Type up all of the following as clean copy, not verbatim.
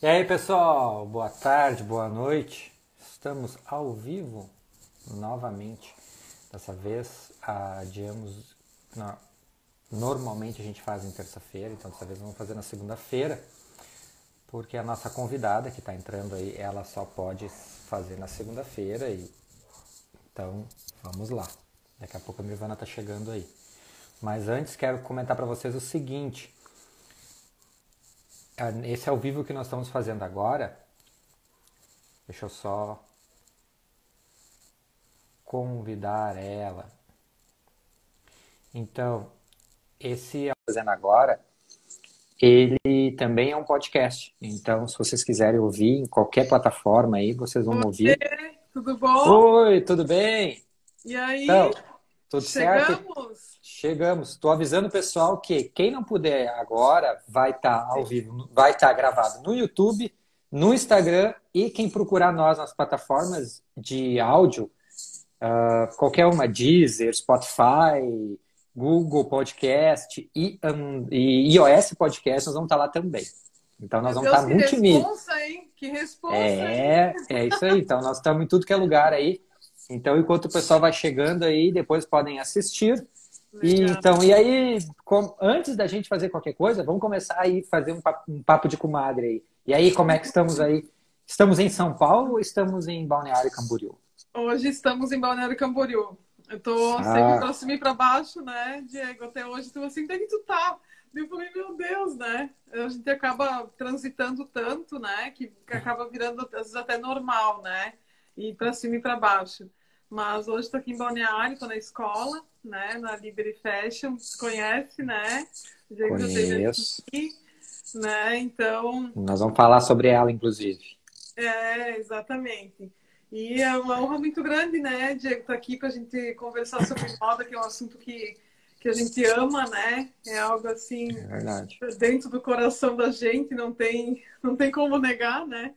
E aí, pessoal, boa tarde, boa noite. Estamos ao vivo novamente. Dessa vez, adiamos. Normalmente a gente faz em terça-feira, então dessa vez vamos fazer na segunda-feira, porque a nossa convidada que está entrando aí, ela só pode fazer na segunda-feira. Então, vamos lá. Daqui a pouco a Mirvana está chegando aí. Mas antes, quero comentar para vocês o seguinte. Esse ao vivo que nós estamos fazendo agora, deixa eu só convidar ela. Então, esse fazendo agora, ele também é um podcast. Então, se vocês quiserem ouvir em qualquer plataforma aí, vocês vão Oi, ouvir. tudo bom? Oi, tudo bem? E aí, Então, tudo certo? chegamos? Chegamos. Estou avisando o pessoal que quem não puder agora vai estar ao vivo, vai estar gravado no YouTube, no Instagram e quem procurar nós nas plataformas de áudio, qualquer uma, Deezer, Spotify, Google Podcast e iOS Podcast, nós vamos estar lá também. Então nós Meu vamos Deus, estar que multimídia. responsa, hein? Que responsa, hein? É isso aí. Então nós estamos em tudo que é lugar aí. Então enquanto o pessoal vai chegando aí, depois podem assistir. Legal. E aí, antes da gente fazer qualquer coisa, vamos começar aí fazer um papo de comadre aí. E aí, como é que estamos aí? Estamos em São Paulo ou estamos em Balneário Camboriú? Hoje estamos em Balneário Camboriú. Eu tô sempre Ah, pra cima e pra baixo, né, Diego? Até hoje, tu assim, tem que tu tá. Eu falei, meu Deus, né? A gente acaba transitando tanto, né? Que acaba virando, às vezes, até normal, né? Ir pra cima e pra baixo. Mas hoje tô aqui em Balneário, tô na escola, né? Na Liberty Fashion, você conhece, né? O Diego já esteve conheço. aqui, né? Então, Nós vamos falar sobre ela, inclusive. exatamente. E é uma honra muito grande, né, Diego, estar aqui para a gente conversar sobre moda, que é um assunto que a gente ama, né? É algo assim É verdade. dentro do coração da gente, não tem como negar, né?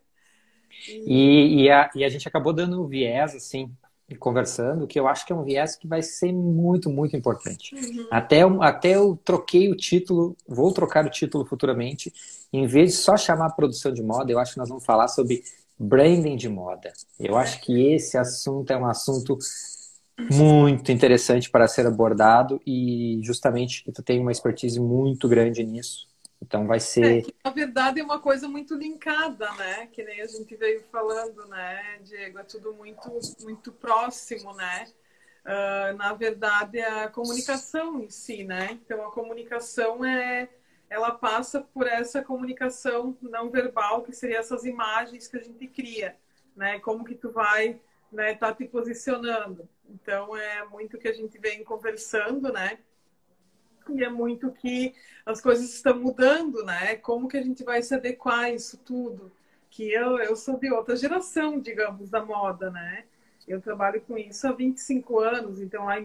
E E a gente acabou dando um viés, assim, e conversando, que eu acho que é um viés que vai ser muito, muito importante. uhum, Até eu troquei o título, vou trocar o título futuramente, em vez de só chamar produção de moda, eu acho que nós vamos falar sobre branding de moda. Eu acho que esse assunto é um assunto muito interessante para ser abordado e justamente tu tem uma expertise muito grande nisso. Então vai ser. que na verdade é uma coisa muito linkada, né? Que nem a gente veio falando, né, Diego? É tudo muito próximo, né? Na verdade, é a comunicação em si, né? Então, a comunicação ela passa por essa comunicação não verbal, que seria essas imagens que a gente cria, né? Como que tu vai, né, tá te posicionando. Então, é muito que a gente vem conversando, né? E é muito que as coisas estão mudando, né? Como que a gente vai se adequar a isso tudo? Que eu sou de outra geração, digamos, da moda, né? Eu trabalho com isso há 25 anos, então lá em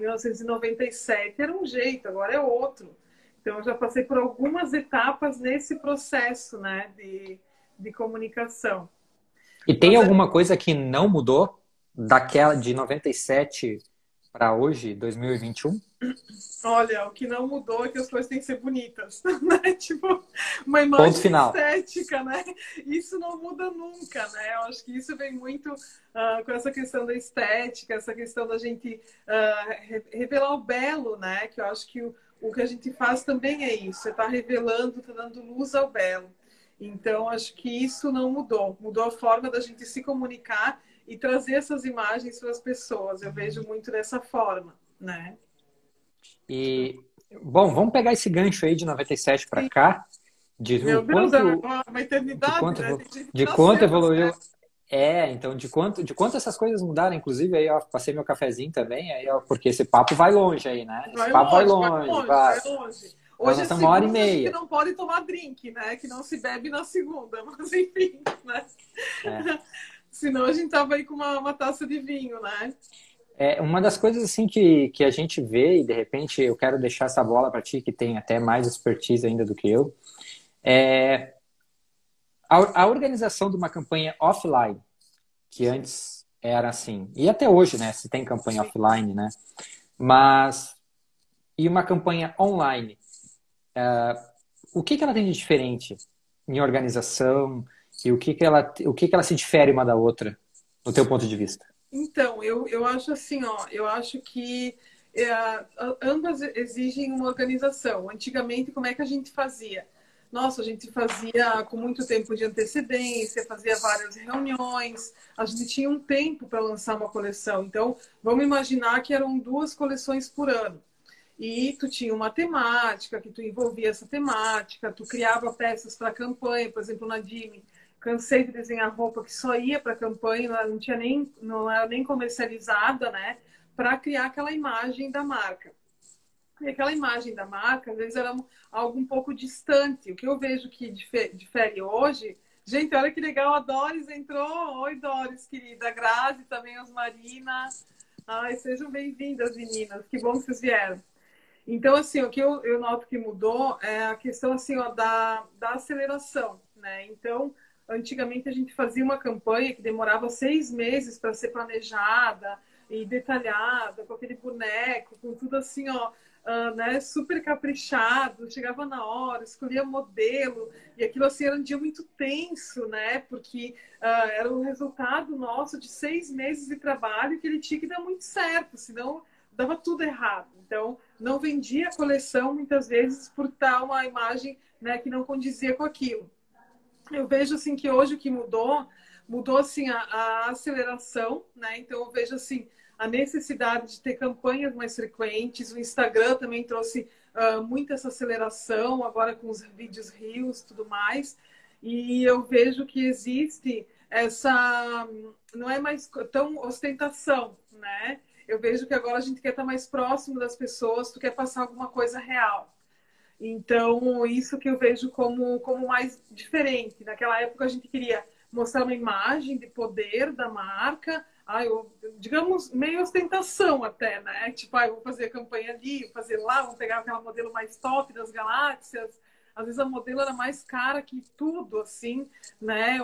1997 era um jeito, agora é outro. Então eu já passei por algumas etapas nesse processo, né, de comunicação. E tem Mas alguma coisa que não mudou daquela de 97 para hoje, 2021? olha, o que não mudou é que as coisas têm que ser bonitas, né? Tipo, uma Ponto imagem final. estética, né? Isso não muda nunca, né? Eu acho que isso vem muito com essa questão da estética, essa questão da gente revelar o belo, né? Que eu acho que o que a gente faz também é isso, você está revelando, está dando luz ao belo. Então, acho que isso não mudou. Mudou a forma da gente se comunicar e trazer essas imagens para as pessoas. Eu vejo muito dessa forma, né? E, bom, vamos pegar esse gancho aí de 97 para Sim. cá, de o Meu Deus, é quanto, uma de eternidade, quanto, né? Tem gente que de quanto nasceu nessa evoluiu. época. Então, de quanto essas coisas mudaram, inclusive, aí, ó, passei meu cafezinho também, aí, ó, porque esse papo vai longe aí, né? Esse Vai papo vai longe, vai longe, longe, vai. vai longe. Então, Hoje nós é estamos 1 hora e segunda, a gente meia. não pode tomar drink, né? Que não se bebe na segunda, mas enfim, né? É. Senão a gente tava aí com uma taça de vinho, né? Uma das coisas assim que a gente vê, e de repente eu quero deixar essa bola para ti, que tem até mais expertise ainda do que eu, é a organização de uma campanha offline, que antes era assim, e até hoje, né, se tem campanha Sim. offline, né, mas, e uma campanha online, o que ela tem de diferente em organização, E o que que ela se difere uma da outra, no teu ponto de vista? Então, eu acho assim, ó, eu acho que ambas exigem uma organização. Antigamente, como é que a gente fazia? Nossa, a gente fazia com muito tempo de antecedência, fazia várias reuniões, a gente tinha um tempo para lançar uma coleção. Então, vamos imaginar que eram 2 coleções por ano. E tu tinha uma temática, que tu envolvia essa temática, tu criava peças para campanha, por exemplo, na Dime. Cansei de desenhar roupa que só ia para campanha, não tinha nem, não era nem comercializada, né? Para criar aquela imagem da marca. E aquela imagem da marca, às vezes, era algo um pouco distante. O que eu vejo que difere hoje. Gente, olha que legal, a Doris entrou. Oi, Doris, querida. A Grazi, também, a Osmarina. Ai, sejam bem-vindas, meninas. Que bom que vocês vieram. Então, assim, o que eu noto que mudou é a questão, assim, ó, da aceleração, né? Então, antigamente a gente fazia uma campanha que demorava 6 meses para ser planejada e detalhada, com aquele boneco, com tudo assim, ó, né, super caprichado, chegava na hora, escolhia modelo, e aquilo assim era um dia muito tenso, né? Porque era o resultado nosso de 6 meses de trabalho que ele tinha que dar muito certo, senão dava tudo errado. Então, não vendia a coleção muitas vezes por estar uma imagem, né, que não condizia com aquilo. Eu vejo assim que hoje o que mudou assim a aceleração, né? Então eu vejo assim a necessidade de ter campanhas mais frequentes. O Instagram também trouxe muita essa aceleração agora com os vídeos Reels, tudo mais. E eu vejo que existe essa não é mais tão ostentação, né? Eu vejo que agora a gente quer estar mais próximo das pessoas, tu quer passar alguma coisa real. Então, isso que eu vejo como mais diferente. Naquela época, a gente queria mostrar uma imagem de poder da marca, digamos, meio ostentação até, né? Tipo, eu vou fazer a campanha ali, vou fazer lá, vou pegar aquela modelo mais top das galáxias. Às vezes a modelo era mais cara que tudo, assim, né?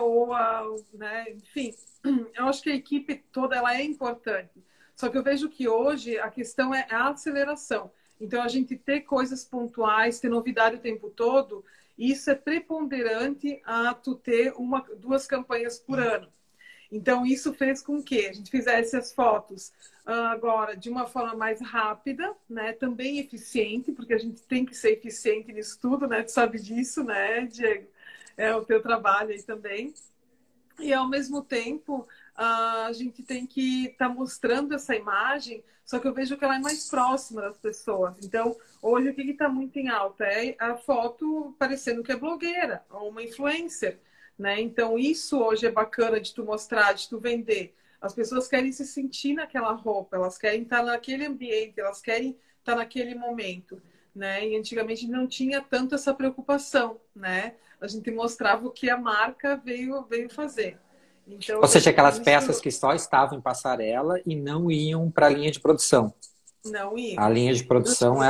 Né? Enfim, eu acho que a equipe toda ela é importante. Só que eu vejo que hoje a questão é a aceleração. Então, a gente ter coisas pontuais, ter novidade o tempo todo, isso é preponderante a tu ter 2 campanhas por ano. Então, isso fez com que a gente fizesse as fotos agora de uma forma mais rápida, né? Também eficiente, porque a gente tem que ser eficiente nisso tudo, né? Tu sabe disso, né, Diego? É o teu trabalho aí também. E, ao mesmo tempo, a gente tem que estar mostrando essa imagem, só que eu vejo que ela é mais próxima das pessoas. Então, hoje, o que está muito em alta é a foto parecendo que é blogueira ou uma influencer, né? Então, isso hoje é bacana de tu mostrar, de tu vender. As pessoas querem se sentir naquela roupa, elas querem estar naquele ambiente, elas querem estar naquele momento, né? E antigamente não tinha tanto essa preocupação, né? A gente mostrava o que a marca veio fazer. Então, Ou eu seja, vejo que aquelas isso peças que só estavam em passarela e não iam para a linha de produção. não A ia. linha de produção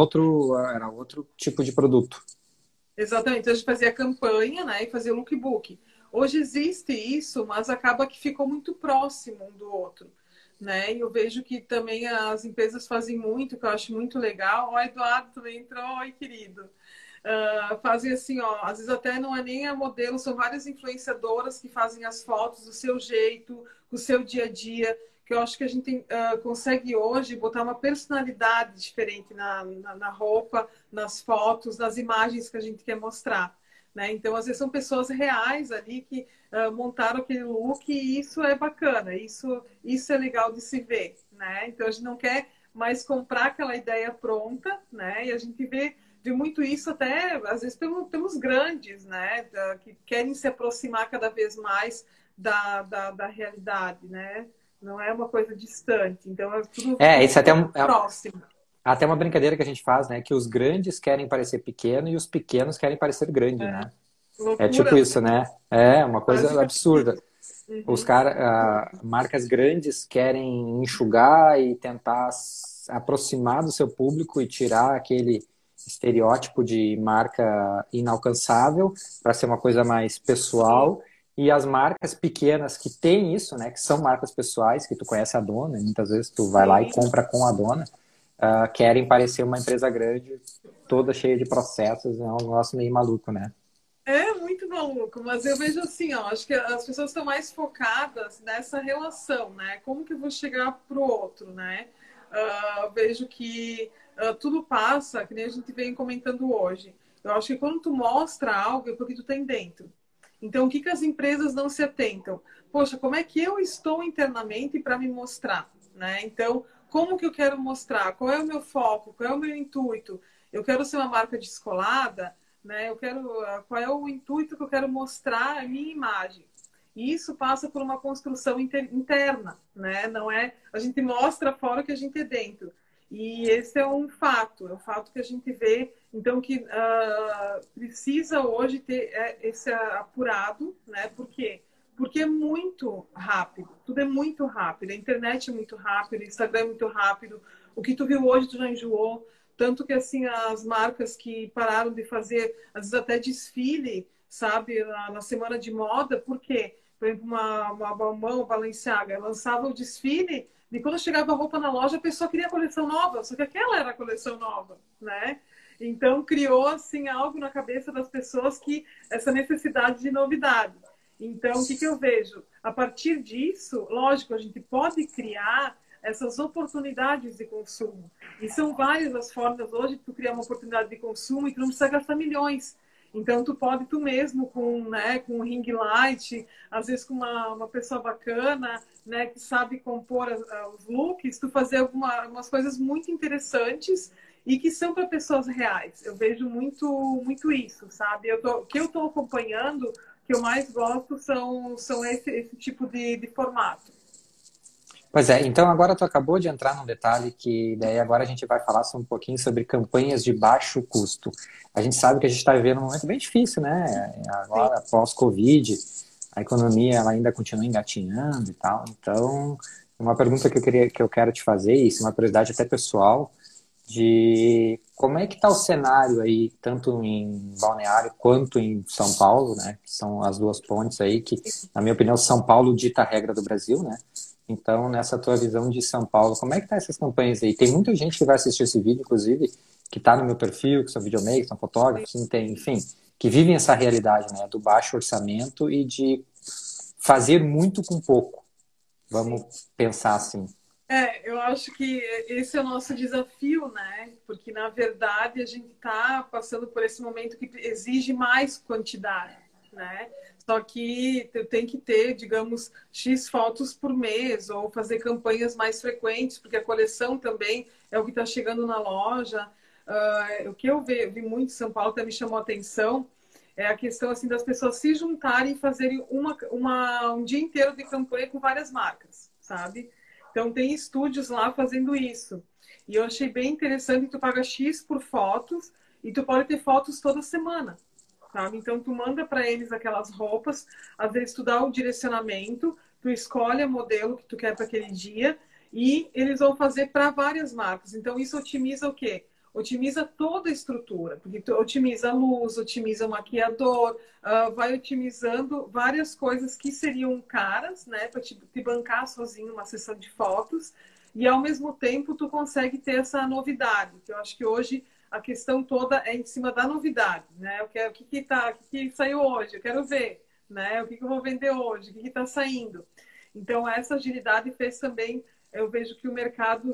era outro tipo de produto. Exatamente. Então, a gente fazia campanha, né, e fazia lookbook. Hoje existe isso, mas acaba que ficou muito próximo um do outro, né? E eu vejo que também as empresas fazem muito, que eu acho muito legal. O Eduardo também entrou, oi, querido. Fazem assim, ó, às vezes até não é nem a modelo, são várias influenciadoras que fazem as fotos do seu jeito, do seu dia a dia, que eu acho que a gente consegue hoje botar uma personalidade diferente na roupa, nas fotos, nas imagens que a gente quer mostrar. Né? Então, às vezes são pessoas reais ali que montaram aquele look e isso é bacana, isso é legal de se ver. Né? Então, a gente não quer mais comprar aquela ideia pronta, né? E a gente vê muito isso até, às vezes, pelos grandes, né? Que querem se aproximar cada vez mais da realidade, né? Não é uma coisa distante. Então, é tudo Isso próximo. até uma brincadeira que a gente faz, né? Que os grandes querem parecer pequeno e os pequenos querem parecer grande, É. né? É Loucura, tipo né? isso, né? É uma coisa Basicamente. absurda. Uhum. Marcas grandes querem enxugar e tentar aproximar do seu público e tirar aquele estereótipo de marca inalcançável para ser uma coisa mais Sim, pessoal. E as marcas pequenas que têm isso, né, que são marcas pessoais, que tu conhece a dona, e muitas vezes tu vai lá e sim. compra com a dona, querem parecer uma empresa grande, toda cheia de processos, é um negócio meio maluco, né? É muito maluco, mas eu vejo assim, ó, acho que as pessoas estão mais focadas nessa relação, né? Como que eu vou chegar pro outro, né? Eu vejo que tudo passa, que nem a gente vem comentando hoje. Eu acho que quando tu mostra algo é porque tu tem dentro. Então, o que que as empresas não se atentam? Poxa, como é que eu estou internamente para me mostrar, né? Então, como que eu quero mostrar? Qual é o meu foco? Qual é o meu intuito? Eu quero ser uma marca descolada, né? Eu quero, qual é o intuito que eu quero mostrar a minha imagem? E isso passa por uma construção interna, né? Não é a gente mostra fora o que a gente é dentro. E esse é um fato que a gente vê, então que precisa hoje ter esse apurado, né? Por quê? Porque é muito rápido, tudo é muito rápido, a internet é muito rápida, o Instagram é muito rápido, o que tu viu hoje tu já enjoou, tanto que assim as marcas que pararam de fazer, às vezes até desfile, sabe, na semana de moda, por quê? Por exemplo, uma Balmain, uma Balenciaga, lançava o desfile e quando chegava a roupa na loja, a pessoa queria a coleção nova, só que aquela era a coleção nova, né? Então criou assim algo na cabeça das pessoas que essa necessidade de novidade. Então, o que que eu vejo? A partir disso, lógico, a gente pode criar essas oportunidades de consumo. E são várias as formas hoje de tu criar uma oportunidade de consumo e tu não precisa gastar milhões. Então, tu pode tu mesmo, com um ring light, às vezes com uma pessoa bacana, né, que sabe compor os looks, tu fazer algumas coisas muito interessantes e que são para pessoas reais. Eu vejo muito isso, sabe? O que eu estou acompanhando, que eu mais gosto são esse tipo de formato. Pois é, então agora tu acabou de entrar num detalhe que daí agora a gente vai falar um pouquinho sobre campanhas de baixo custo. A gente sabe que a gente está vivendo um momento bem difícil, né? Sim. Agora, pós-Covid, a economia ela ainda continua engatinhando e tal. Então, uma pergunta que eu quero te fazer, isso é uma curiosidade até pessoal, de como é que está o cenário aí, tanto em Balneário quanto em São Paulo, né? Que são as duas pontes aí que, na minha opinião, São Paulo dita a regra do Brasil, né? Então, nessa tua visão de São Paulo, como é que tá essas campanhas aí? Tem muita gente que vai assistir esse vídeo, inclusive, que está no meu perfil, que são videomakers, são fotógrafos, enfim, que vivem essa realidade, né? Do baixo orçamento e de fazer muito com pouco. Vamos pensar assim. Eu acho que esse é o nosso desafio, né? Porque, na verdade, a gente está passando por esse momento que exige mais quantidade, né? Só que tem que ter, digamos, X fotos por mês ou fazer campanhas mais frequentes, porque a coleção também é o que está chegando na loja. O que eu vi muito em São Paulo até me chamou a atenção é a questão assim das pessoas se juntarem e fazerem um dia inteiro de campanha com várias marcas, sabe? Então, tem estúdios lá fazendo isso. E eu achei bem interessante, tu paga X por fotos e tu pode ter fotos toda semana, sabe? Então, tu manda para eles aquelas roupas, às vezes tu dá o direcionamento, tu escolhe o modelo que tu quer para aquele dia e eles vão fazer para várias marcas. Então, isso otimiza o quê? Otimiza toda a estrutura, porque tu otimiza a luz, otimiza o maquiador, vai otimizando várias coisas que seriam caras, né, para te bancar sozinho uma sessão de fotos, e ao mesmo tempo tu consegue ter essa novidade, que eu acho que hoje a questão toda é em cima da novidade, né? Eu quero, o que saiu hoje, eu quero ver, né? O que eu vou vender hoje, o que está saindo. Então essa agilidade fez também, eu vejo que o mercado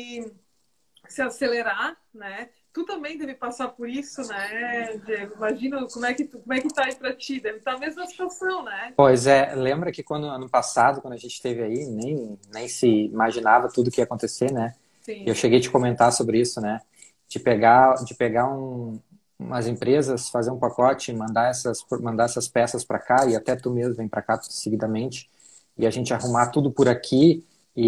se acelerar, né? Tu também deve passar por isso, né, Diego? Imagina como é que tá aí para ti, deve estar a mesma situação, né? Pois é, lembra que quando ano passado, quando a gente esteve aí, nem se imaginava tudo que ia acontecer, né? Eu Sim, cheguei a te comentar sobre isso, né? De pegar umas empresas, fazer um pacote, mandar essas peças para cá e até tu mesmo vem para cá seguidamente e a gente arrumar tudo por aqui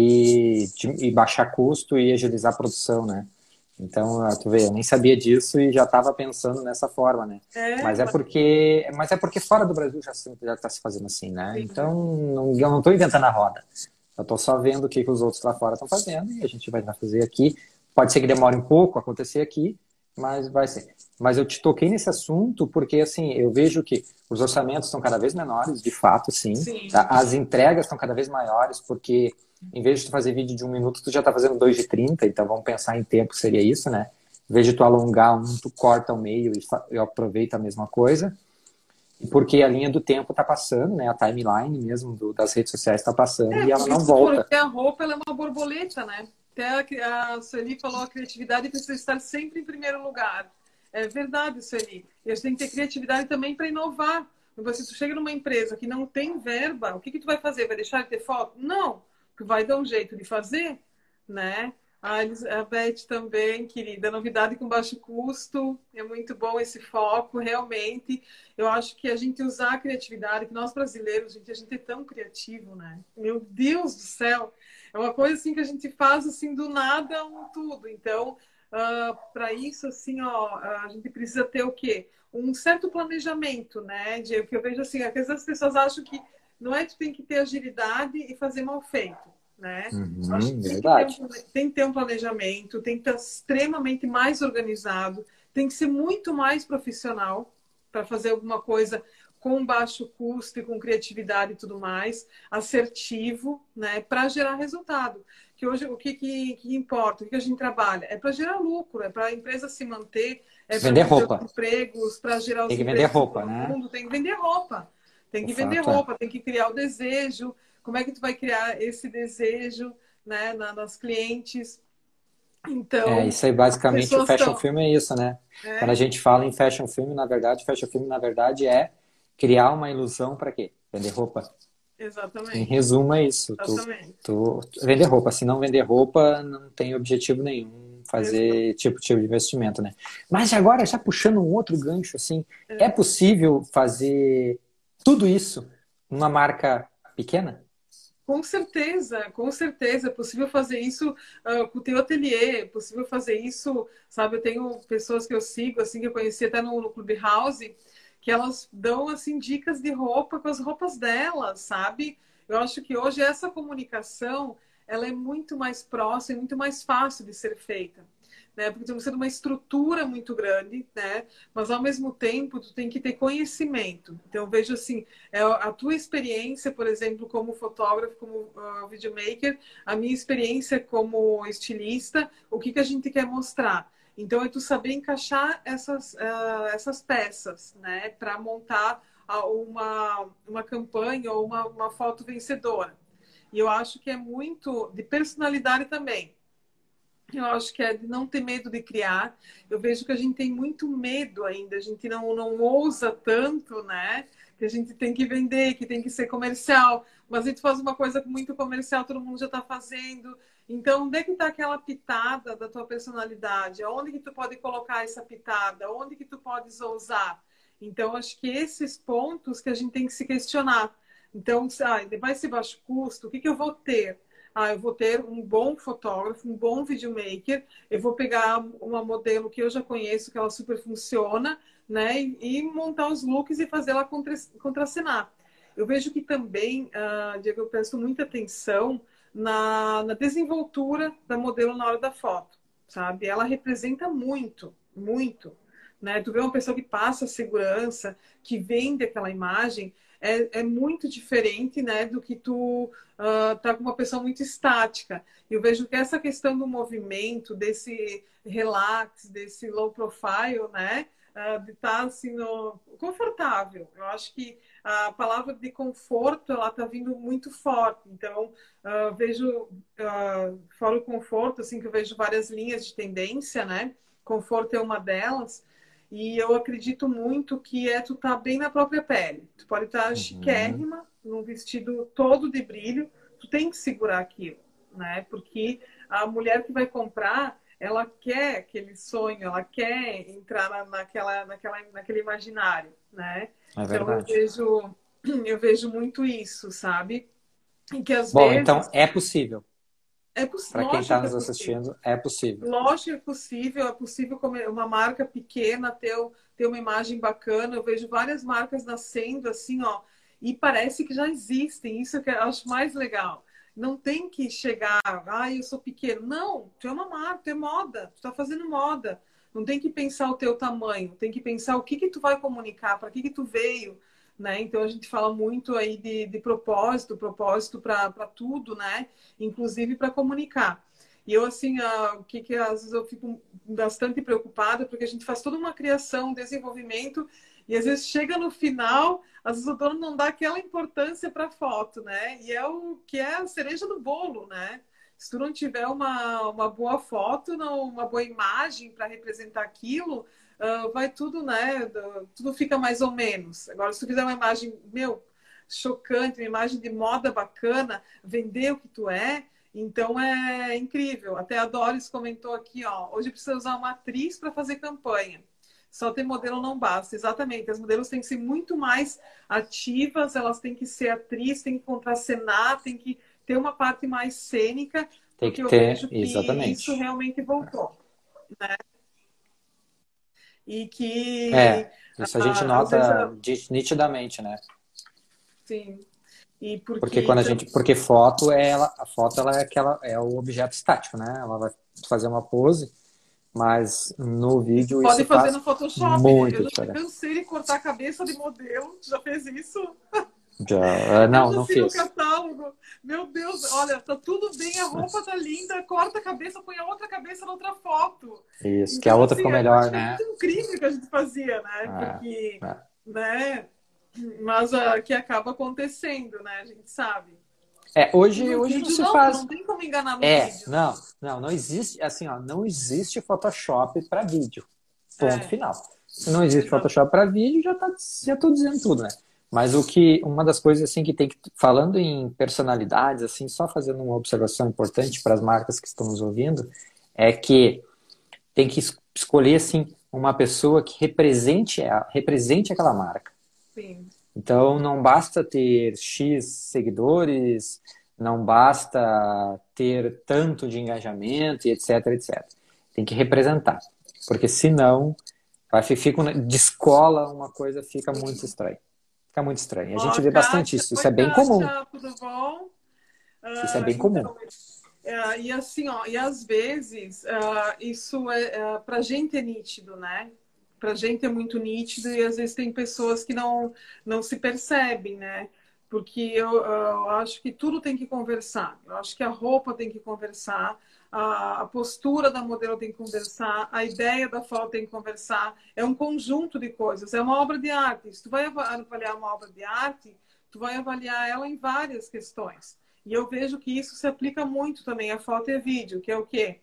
e baixar custo e agilizar a produção, né? Então, tu vê, eu nem sabia disso e já estava pensando nessa forma, né? é, Mas é porque fora do Brasil já está se fazendo assim, né? entendi. Então, eu não estou inventando a roda. Eu estou só vendo o que os outros lá fora estão fazendo e a gente vai fazer aqui. Pode ser que demore um pouco a acontecer aqui, mas vai ser. Mas eu te toquei nesse assunto porque, assim, eu vejo que os orçamentos estão cada vez menores, de fato, sim. Sim, Tá? As entregas estão cada vez maiores, porque em vez de tu fazer vídeo de 1 minuto, tu já está fazendo 2 de 30, então vamos pensar em tempo, seria isso, né? Em vez de tu alongar tu corta ao meio e aproveita a mesma coisa. Porque a linha do tempo está passando, né? A timeline mesmo das redes sociais está passando e ela Porque não se for volta. ver a roupa, ela é uma borboleta, né? Até a Sueli falou, a criatividade precisa estar sempre em primeiro lugar. É verdade, Sueli. E a gente tem que ter criatividade também para inovar. Você tu chega numa empresa que não tem verba, o que tu vai fazer? Vai deixar de ter foto? Não. Tu vai dar um jeito de fazer, né? A Beth também, querida. Novidade com baixo custo. É muito bom esse foco, realmente. Eu acho que a gente usar a criatividade, que nós brasileiros, gente, a gente é tão criativo, né? Meu Deus do céu! É uma coisa assim que a gente faz assim do nada um tudo. Então, para isso, assim, ó, a gente precisa ter o quê? Um certo planejamento, né? O que eu vejo assim, às vezes as pessoas acham que não é que tem que ter agilidade e fazer mal feito, né? Acho que Verdade. tem que ter um planejamento, tem que estar extremamente mais organizado, tem que ser muito mais profissional para fazer alguma coisa com baixo custo e com criatividade e tudo mais, assertivo, né, para gerar resultado. Que hoje o que importa, o que a gente trabalha é para gerar lucro, é para a empresa se manter, é para Vender manter os roupa. empregos, para gerar Tem os que vender empregos para roupa, todo né? mundo, tem que vender roupa. Tem O que vender fato é. roupa, tem que criar o desejo. Como é que tu vai criar esse desejo, né, nas clientes? É, Então, isso aí as basicamente o pessoas fashion estão, film é isso, né? Quando a é, gente fala em fashion film, na verdade, é criar uma ilusão para quê? Vender roupa. Em exatamente, resumo, é isso. exatamente. Vender roupa. Se não vender roupa, não tem objetivo nenhum Exato. fazer tipo de investimento, né? Mas agora, já puxando um outro gancho, assim, é É. possível fazer tudo isso numa marca pequena? Com certeza, é possível fazer isso com o teu ateliê, é possível fazer isso, sabe? Eu tenho pessoas que eu sigo, assim, que eu conheci até no Clubhouse, que elas dão, assim, dicas de roupa com as roupas delas, sabe? Eu acho que hoje essa comunicação, ela é muito mais próxima, muito mais fácil de ser feita, né? Porque tem que ser uma estrutura muito grande, né? Mas, ao mesmo tempo, tu tem que ter conhecimento. Então, eu vejo, assim, a tua experiência, por exemplo, como fotógrafo, como videomaker, a minha experiência como estilista, o que a gente quer mostrar. Então, é tu saber encaixar essas peças, né, para montar uma campanha ou uma foto vencedora. E eu acho que é muito de personalidade também. Eu acho que é de não ter medo de criar. Eu vejo que a gente tem muito medo ainda, a gente não ousa tanto, né? Que a gente tem que vender, que tem que ser comercial. Mas a gente faz uma coisa muito comercial, todo mundo já está fazendo. Então, onde é que está aquela pitada da tua personalidade? Onde que tu pode colocar essa pitada? Onde que tu podes ousar? Então, acho que esses pontos que a gente tem que se questionar. Então, vai ser baixo custo, o que eu vou ter? Eu vou ter um bom fotógrafo, um bom videomaker, eu vou pegar uma modelo que eu já conheço, que ela super funciona, né? E montar os looks e fazer ela contracenar. Eu vejo que também, Diego, eu presto muita atenção na desenvoltura da modelo na hora da foto, sabe? Ela representa muito, muito. Né? Tu vê uma pessoa que passa segurança, que vende aquela imagem, é muito diferente, né, do que tu tá com uma pessoa muito estática. Eu vejo que essa questão do movimento, desse relax, desse low profile, né, de estar assim confortável. Eu acho que a palavra de conforto ela está vindo muito forte. Então vejo fora o conforto, assim que eu vejo várias linhas de tendência, né? Conforto é uma delas. E eu acredito muito que tu tá bem na própria pele. Tu pode estar Uhum. chiquérrima, num vestido todo de brilho, tu tem que segurar aquilo, né? Porque a mulher que vai comprar, ela quer aquele sonho, ela quer entrar naquele imaginário, né? É Então verdade. eu vejo muito isso, sabe? E que às Bom, então vezes é possível. Para quem lógico está que é nos possível. assistindo, é possível. Lógico que é possível como uma marca pequena ter uma imagem bacana. Eu vejo várias marcas nascendo assim, ó, e parece que já existem. Isso que eu acho mais legal. Não tem que chegar, eu sou pequeno. Não, tu é uma marca, tu é moda, tu está fazendo moda. Não tem que pensar o teu tamanho, tem que pensar o que tu vai comunicar, para que tu veio, né? Então a gente fala muito aí de propósito para tudo, né? Inclusive para comunicar. E eu, assim, o que às vezes eu fico bastante preocupada, porque a gente faz toda uma criação, um desenvolvimento, E às vezes chega no final, às vezes o dono não dá aquela importância para a foto, né? E é o que é a cereja do bolo, né? Se tu não tiver uma boa foto, não, uma boa imagem para representar aquilo, vai tudo, né? Tudo fica mais ou menos. Agora, se tu fizer uma imagem, meu, chocante, uma imagem de moda bacana, vender o que tu é, então é incrível. Até a Doris comentou aqui, ó, hoje precisa usar uma atriz para fazer campanha. Só ter modelo não basta. Exatamente. As modelos têm que ser muito mais ativas, elas têm que ser atriz, têm que contracenar, têm que ter uma parte mais cênica, Tem que porque eu ter, vejo que isso exatamente. realmente voltou. E que, É, isso a gente às vezes, nota nitidamente, né? sim, e Porque porque quando a gente, porque foto é ela, a foto ela é aquela é o objeto estático, né? Ela vai fazer uma pose, mas no vídeo pode isso fazer faz no Photoshop, né? muita Eu já diferença. cansei de cortar a cabeça de modelo. Já fez isso? Já, Eu não, não assim no fiz. catálogo. Meu Deus, olha, tá tudo bem, a roupa tá linda, corta a cabeça, põe a outra cabeça na outra foto. Isso, que a Então, outra assim, ficou eu melhor, achei né? muito incrível que a gente fazia, né? É, Porque, é. né? Mas que acaba acontecendo, né? A gente sabe. E Hoje, no hoje não vídeo, se não, tu faz. não tem como enganar no vídeo. Não existe, assim, ó, não existe Photoshop para vídeo. Ponto É, final. Se não existe exato. Photoshop para vídeo, já tô dizendo tudo, né? Mas uma das coisas assim que tem que, falando em personalidades, assim, só fazendo uma observação importante para as marcas que estão nos ouvindo, é que tem que escolher assim uma pessoa que represente aquela marca. Sim. Então, não basta ter X seguidores, não basta ter tanto de engajamento e etc, etc. Tem que representar, porque senão descola uma coisa, fica muito estranho. Fica muito estranho. A gente Ó, vê bastante Kátia. isso. Isso Oi, é bem comum. Kátia, tudo bom? Isso é bem comum. Então, e assim, ó, e às vezes isso pra gente é nítido, né? Pra gente é muito nítido e às vezes tem pessoas que não se percebem, né? Porque eu acho que tudo tem que conversar. Eu acho que a roupa tem que conversar, a postura da modelo tem que conversar, a ideia da foto tem que conversar. É um conjunto de coisas, é uma obra de arte. Se tu vai avaliar uma obra de arte, tu vai avaliar ela em várias questões. E eu vejo que isso se aplica muito também a foto e a vídeo, que é o quê?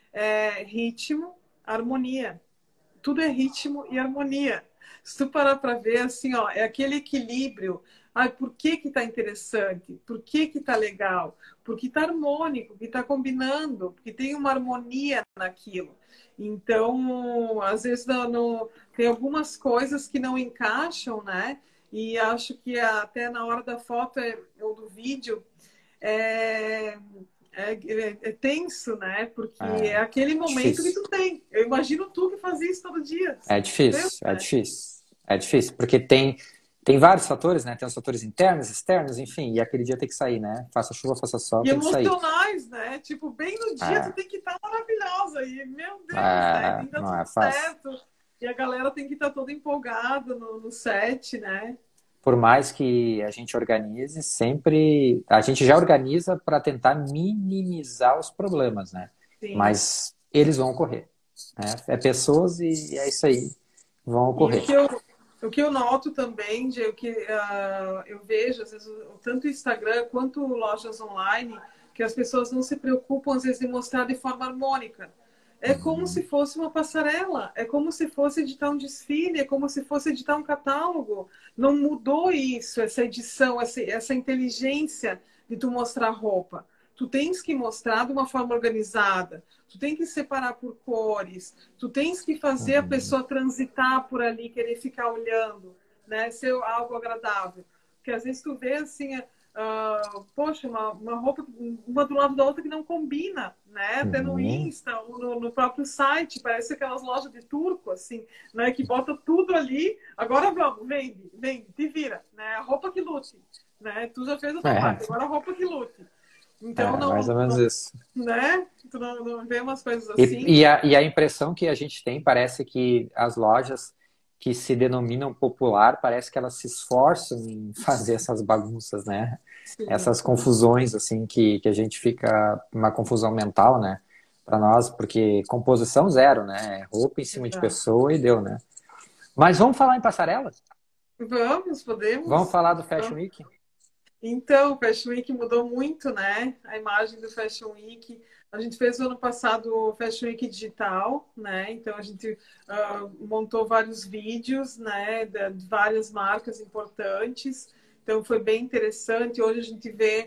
Ritmo, harmonia. Tudo é ritmo e harmonia. Se tu parar para ver, assim, ó, é aquele equilíbrio. Ai, por que que tá interessante? Por que que tá legal? Porque tá harmônico, que tá combinando, porque tem uma harmonia naquilo. Então, às vezes tem algumas coisas que não encaixam, né? E acho que até na hora da foto ou do vídeo é, é tenso, né? Porque é É aquele momento que difícil. tu tem. Eu imagino tu que faz isso todo dia. É Deus, difícil, é né? difícil. É difícil, porque tem vários fatores, né? Tem os fatores internos, externos, enfim, e aquele dia tem que sair, né? Faça chuva, faça sol, E tem que sair. emocionais, né? Tipo, bem no dia tu É, tem que estar maravilhosa. E, meu Deus, né? Tem que dar não tudo é fácil. certo. E a galera tem que estar toda empolgada no set, né? Por mais que a gente organize, sempre. A gente já organiza para tentar minimizar os problemas, né? Sim. Mas eles vão ocorrer, né? É pessoas e é isso aí, vão E ocorrer. o que eu noto também, de, o que eu vejo, às vezes, tanto o Instagram quanto lojas online, que as pessoas não se preocupam, às vezes, em mostrar de forma harmônica. É como se Uhum. fosse uma passarela, é como se fosse editar um desfile, é como se fosse editar um catálogo. Não mudou isso, essa edição, essa inteligência de tu mostrar roupa. Tu tens que mostrar de uma forma organizada, tu tens que separar por cores, tu tens que fazer a Uhum. pessoa transitar por ali, querer ficar olhando, né? Ser algo agradável. Porque às vezes tu vê assim, poxa, uma roupa uma do lado da outra que não combina, né? Até no Uhum. Insta, ou no próprio site, parece aquelas lojas de turco, assim, né? Que bota tudo ali. Agora vamos, vende, te vira, né? A roupa que lute, né? Tu já fez a tua É, parte, agora a roupa que lute. Então mais ou menos isso. né? Tu não vê umas coisas E, assim. e a impressão que a gente tem parece que as lojas que se denominam popular, parece que elas se esforçam em fazer essas bagunças, né? Sim, Essas confusões, assim, que a gente fica uma confusão mental, né? Para nós, porque composição zero, né? Roupa em cima de exato. pessoa e deu, né? Mas vamos falar em passarela? Vamos, Vamos podemos. falar do Fashion Week? Então, o Fashion Week mudou muito, né? A imagem do Fashion Week. A gente fez o ano passado o Fashion Week digital, né? Então a gente montou vários vídeos, né? De várias marcas importantes. Então foi bem interessante. Hoje a gente vê,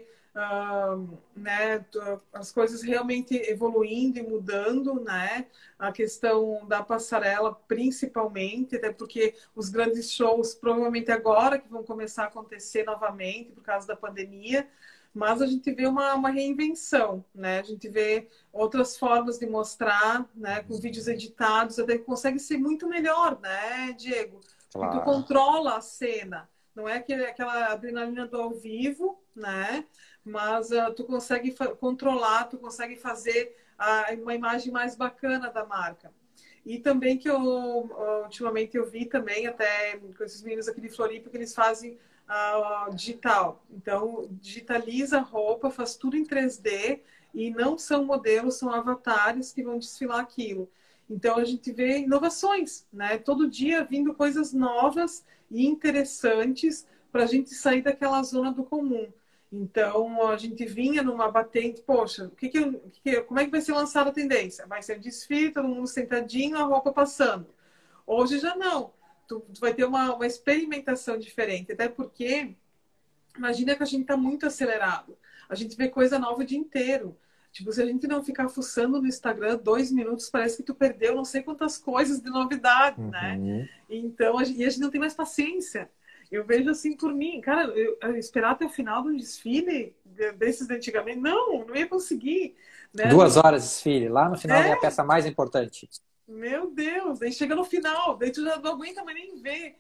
né? As coisas realmente evoluindo e mudando, né? A questão da passarela, principalmente, até porque os grandes shows provavelmente agora que vão começar a acontecer novamente por causa da pandemia, mas a gente vê uma reinvenção, né? A gente vê outras formas de mostrar, né? Com vídeos editados, até que consegue ser muito melhor, né, Diego? Porque tu Claro. controla a cena, não é aquela adrenalina do ao vivo, né? Mas tu consegue controlar, tu consegue fazer uma imagem mais bacana da marca. E também que eu ultimamente eu vi também até com esses meninos aqui de Floripa que eles fazem digital. Então, digitaliza a roupa, faz tudo em 3D e não são modelos, são avatares que vão desfilar aquilo. Então, a gente vê inovações, né? Todo dia vindo coisas novas e interessantes para a gente sair daquela zona do comum. Então, a gente vinha numa batente, poxa, como é que vai ser lançada a tendência? Vai ser um desfile, todo mundo sentadinho, a roupa passando. Hoje já não. Tu vai ter uma experimentação diferente, até porque imagina que a gente está muito acelerado. A gente vê coisa nova o dia inteiro. Tipo, se a gente não ficar fuçando no Instagram 2 minutos, parece que tu perdeu não sei quantas coisas de novidade, né? Uhum. Então, e a gente não tem mais paciência. Eu vejo assim por mim, cara, eu esperar até o final do desfile desses de antigamente, não ia conseguir, né? 2 horas de desfile. Lá no final vem a É, peça mais importante. meu Deus, daí chega no final, daí tu já não aguenta mais nem ver.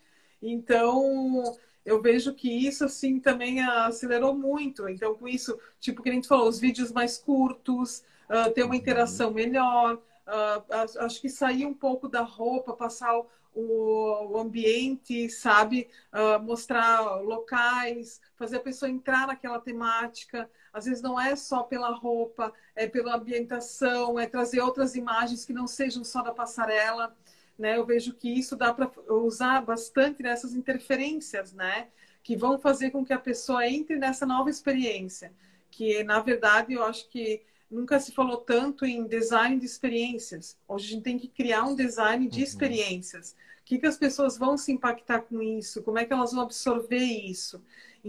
Então, eu vejo que isso, assim, também acelerou muito. Então, com isso, tipo, que a gente falou, os vídeos mais curtos, ter uma Uhum. interação melhor, acho que sair um pouco da roupa, passar o ambiente, sabe? Mostrar locais, fazer a pessoa entrar naquela temática. Às vezes não é só pela roupa, é pela ambientação, é trazer outras imagens que não sejam só da passarela, né? Eu vejo que isso dá para usar bastante nessas interferências, né? Que vão fazer com que a pessoa entre nessa nova experiência. Que, na verdade, eu acho que nunca se falou tanto em design de experiências. Hoje a gente tem que criar um design de Uhum. experiências. O que as pessoas vão se impactar com isso? Como é que elas vão absorver isso?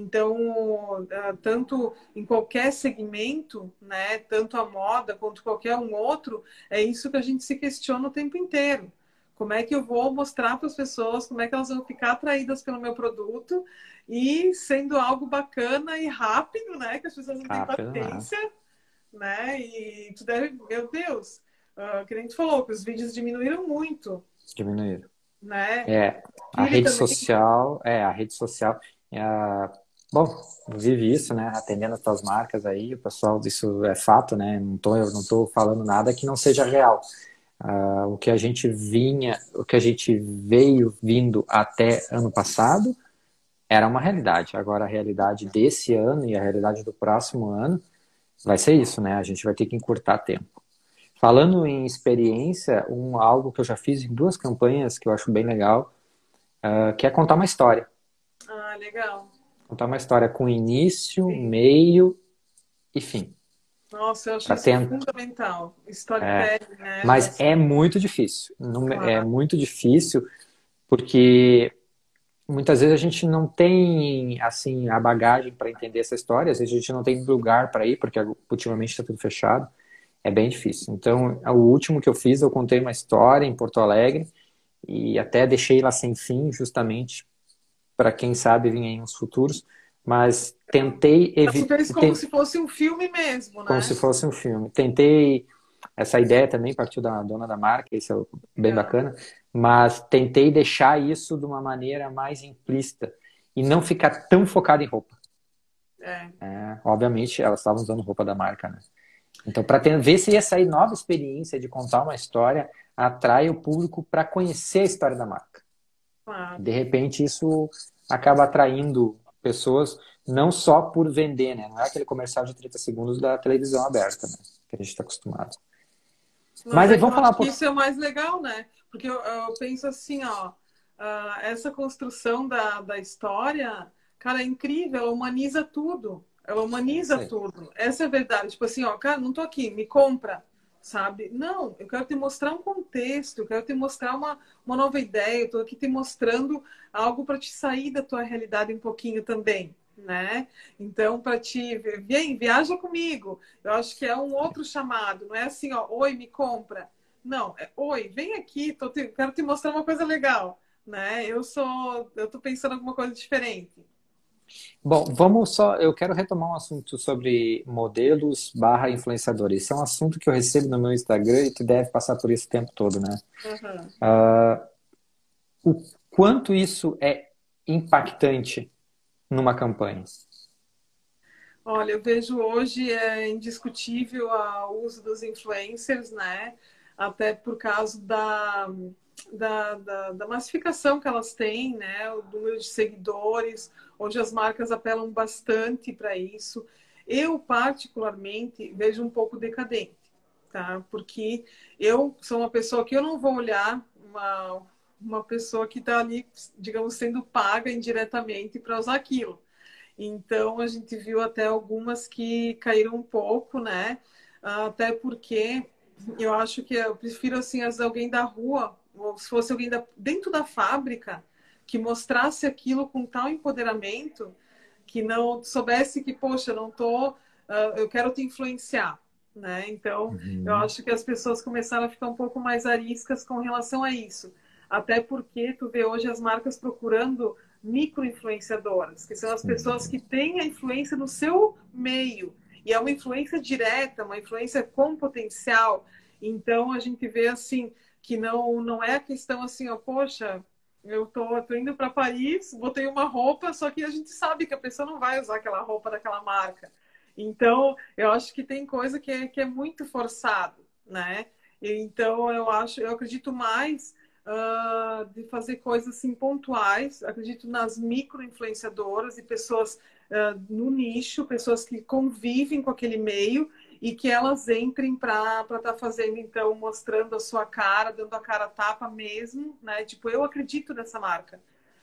Então, tanto em qualquer segmento, né, tanto a moda quanto qualquer um outro, é isso que a gente se questiona o tempo inteiro. Como é que eu vou mostrar para as pessoas, como é que elas vão ficar atraídas pelo meu produto e sendo algo bacana e rápido, né, que as pessoas não têm Rápido, né? paciência, né, e tu deve, meu Deus, que nem tu falou, que os vídeos diminuíram muito, Diminuíram. né, É, a ele rede também, social, a rede social, é bom, vive isso, né? Atendendo as tuas marcas aí, o pessoal, isso é fato, né? Eu não tô falando nada que não seja real. O que a gente vinha, o que a gente veio vindo até ano passado era uma realidade. Agora a realidade desse ano e a realidade do próximo ano vai ser isso, né? A gente vai ter que encurtar tempo. Falando em experiência, algo que eu já fiz em 2 campanhas que eu acho bem legal, que é contar uma história. legal. Contar uma história com início, meio e fim. Nossa, eu acho Para isso tentar. fundamental. Storytelling, né? Mas é muito difícil. É Claro. muito difícil porque muitas vezes a gente não tem assim a bagagem para entender essa história. Às vezes a gente não tem lugar para ir porque ultimamente está tudo fechado. É bem difícil. Então, o último que eu fiz, eu contei uma história em Porto Alegre e até deixei lá sem fim, justamente para quem sabe vir em uns futuros. Mas tentei Tu evitar. fez como se fosse um filme mesmo, Como se né? fosse um filme. Tentei, essa ideia também partiu da dona da marca, isso é bem Legal. bacana, mas tentei deixar isso de uma maneira mais implícita e não ficar tão focado em roupa. É. Obviamente, elas estavam usando roupa da marca, né? Então, para ver se essa aí nova experiência de contar uma história atrai o público para conhecer a história da marca. Claro. De repente, isso acaba atraindo pessoas não só por vender, né? Não é aquele comercial de 30 segundos da televisão aberta, né? Que a gente está acostumado. Mas Mas aí é que eu vamos falar acho um que pouco. isso é o mais legal, né? Porque eu penso assim, ó. essa construção da história, cara, é incrível, ela humaniza tudo. Ela humaniza tudo. Essa é a verdade. Tipo assim, ó, cara, não tô aqui, me compra, sabe? Não, eu quero te mostrar um contexto, eu quero te mostrar uma nova ideia, eu tô aqui te mostrando algo para te sair da tua realidade um pouquinho também, né? Então, para te, vem, viaja comigo. Eu acho que é um outro chamado, não é assim, ó, oi, me compra. Não, é, oi, vem aqui, quero te mostrar uma coisa legal, né? Eu tô pensando em alguma coisa diferente. Bom, vamos só. Eu quero retomar um assunto sobre modelos barra influenciadores. Esse é um assunto que eu recebo no meu Instagram e tu deve passar por isso o tempo todo, né? Aham. O quanto isso é impactante numa campanha. Olha, eu vejo hoje é indiscutível o uso dos influencers, né? Até por causa da massificação que elas têm, né? O número de seguidores. Hoje as marcas apelam bastante para isso. Eu, particularmente, vejo um pouco decadente, tá? Porque eu sou uma pessoa que eu não vou olhar uma pessoa que está ali, digamos, sendo paga indiretamente para usar aquilo. Então, a gente viu até algumas que caíram um pouco, né? Até porque eu acho que eu prefiro, assim, as alguém da rua, ou se fosse alguém dentro da fábrica, que mostrasse aquilo com tal empoderamento, que não soubesse que, poxa, não tô, eu quero te influenciar, né? Então, eu Uhum. acho que as pessoas começaram a ficar um pouco mais ariscas com relação a isso. Até porque tu vê hoje as marcas procurando micro-influenciadoras, que são as pessoas que têm a influência no seu meio. E é uma influência direta, uma influência com potencial. Então, a gente vê assim que não é a questão assim, ó, poxa, tô indo para Paris, botei uma roupa, só que a gente sabe que a pessoa não vai usar aquela roupa daquela marca. Então, eu acho que tem coisa que é muito forçado, né? Então, eu acredito mais de fazer coisas assim pontuais. Acredito nas micro-influenciadoras e pessoas no nicho, pessoas que convivem com aquele meio e que elas entrem para estar fazendo, então, mostrando a sua cara, dando a cara a tapa mesmo, né? Tipo, eu acredito nessa marca.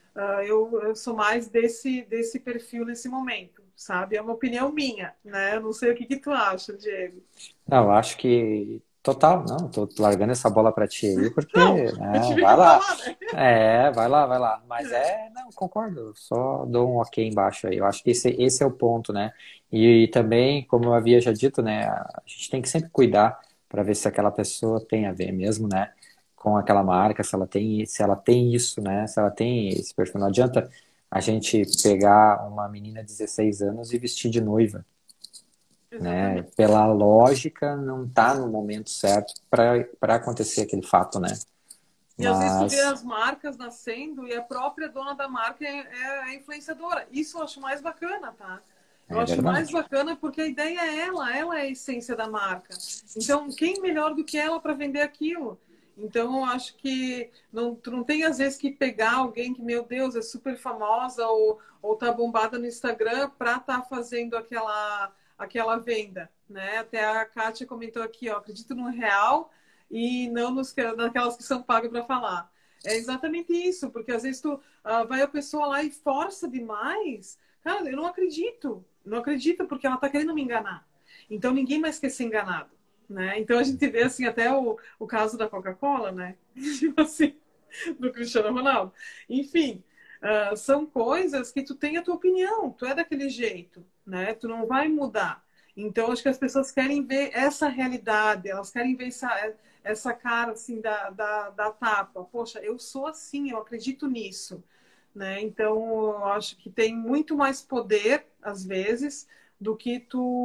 Eu sou mais desse perfil nesse momento, sabe? É uma opinião minha, né? Eu não sei o que tu acha, Diego. Não, eu acho que total, não, tô largando essa bola pra ti aí, porque, Não, eu né, tive vai que lá. falar, né? É, vai lá. Mas não, concordo, só dou um ok embaixo aí. Eu acho que esse é o ponto, né? E também, como eu havia já dito, né, a gente tem que sempre cuidar para ver se aquela pessoa tem a ver mesmo, né, com aquela marca, se ela tem isso, né, se ela tem esse perfil. Não adianta a gente pegar uma menina de 16 anos e vestir de noiva, né? Exatamente. Pela lógica, não está no momento certo para acontecer aquele fato, né? E às vezes tu vê Mas as marcas nascendo e a própria dona da marca é a influenciadora. Isso eu acho mais bacana, tá? Eu é acho mais verdade. bacana porque a ideia é ela é a essência da marca. Então, quem melhor do que ela para vender aquilo? Então, eu acho que tu não tem às vezes que pegar alguém que, meu Deus, é super famosa ou tá bombada no Instagram para estar fazendo aquela venda, né? Até a Kátia comentou aqui, ó, acredito no real e não naquelas que são pagas para falar. É exatamente isso, porque às vezes vai a pessoa lá e força demais. Cara, eu não acredito. Não acredito porque ela está querendo me enganar. Então ninguém mais quer ser enganado. Né? Então a gente vê assim até o caso da Coca-Cola, né? Tipo assim, do Cristiano Ronaldo. Enfim, são coisas que tu tem a tua opinião, tu é daquele jeito, né? Tu não vai mudar. Então acho que as pessoas querem ver essa realidade, elas querem ver essa cara assim da tapa. Poxa, eu sou assim, eu acredito nisso, né? Então eu acho que tem muito mais poder às vezes do que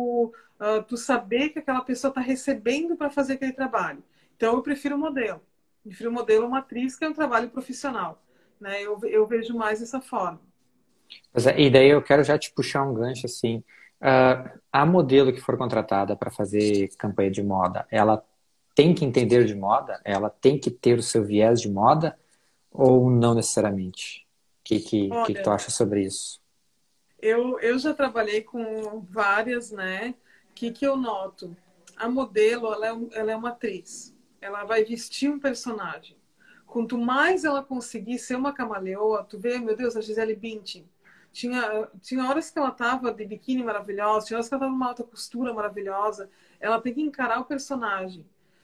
tu saber que aquela pessoa está recebendo para fazer aquele trabalho. Então eu prefiro o modelo. Prefiro o modelo uma atriz que é um trabalho profissional, né? Eu vejo mais dessa forma. Pois é, e daí eu quero já te puxar um gancho assim. A modelo que for contratada para fazer campanha de moda, ela tem que entender de moda? Ela tem que ter o seu viés de moda? Ou não necessariamente? O que tu Olha, acha sobre isso? eu já trabalhei com várias, né? O que eu noto? A modelo, ela é uma atriz. Ela vai vestir um personagem. Quanto mais ela conseguir ser uma camaleoa, tu vê, meu Deus, a Gisele Bündchen. Tinha horas que ela tava de biquíni maravilhosa, tinha horas que ela tava numa alta costura maravilhosa. Ela tem que encarar o personagem.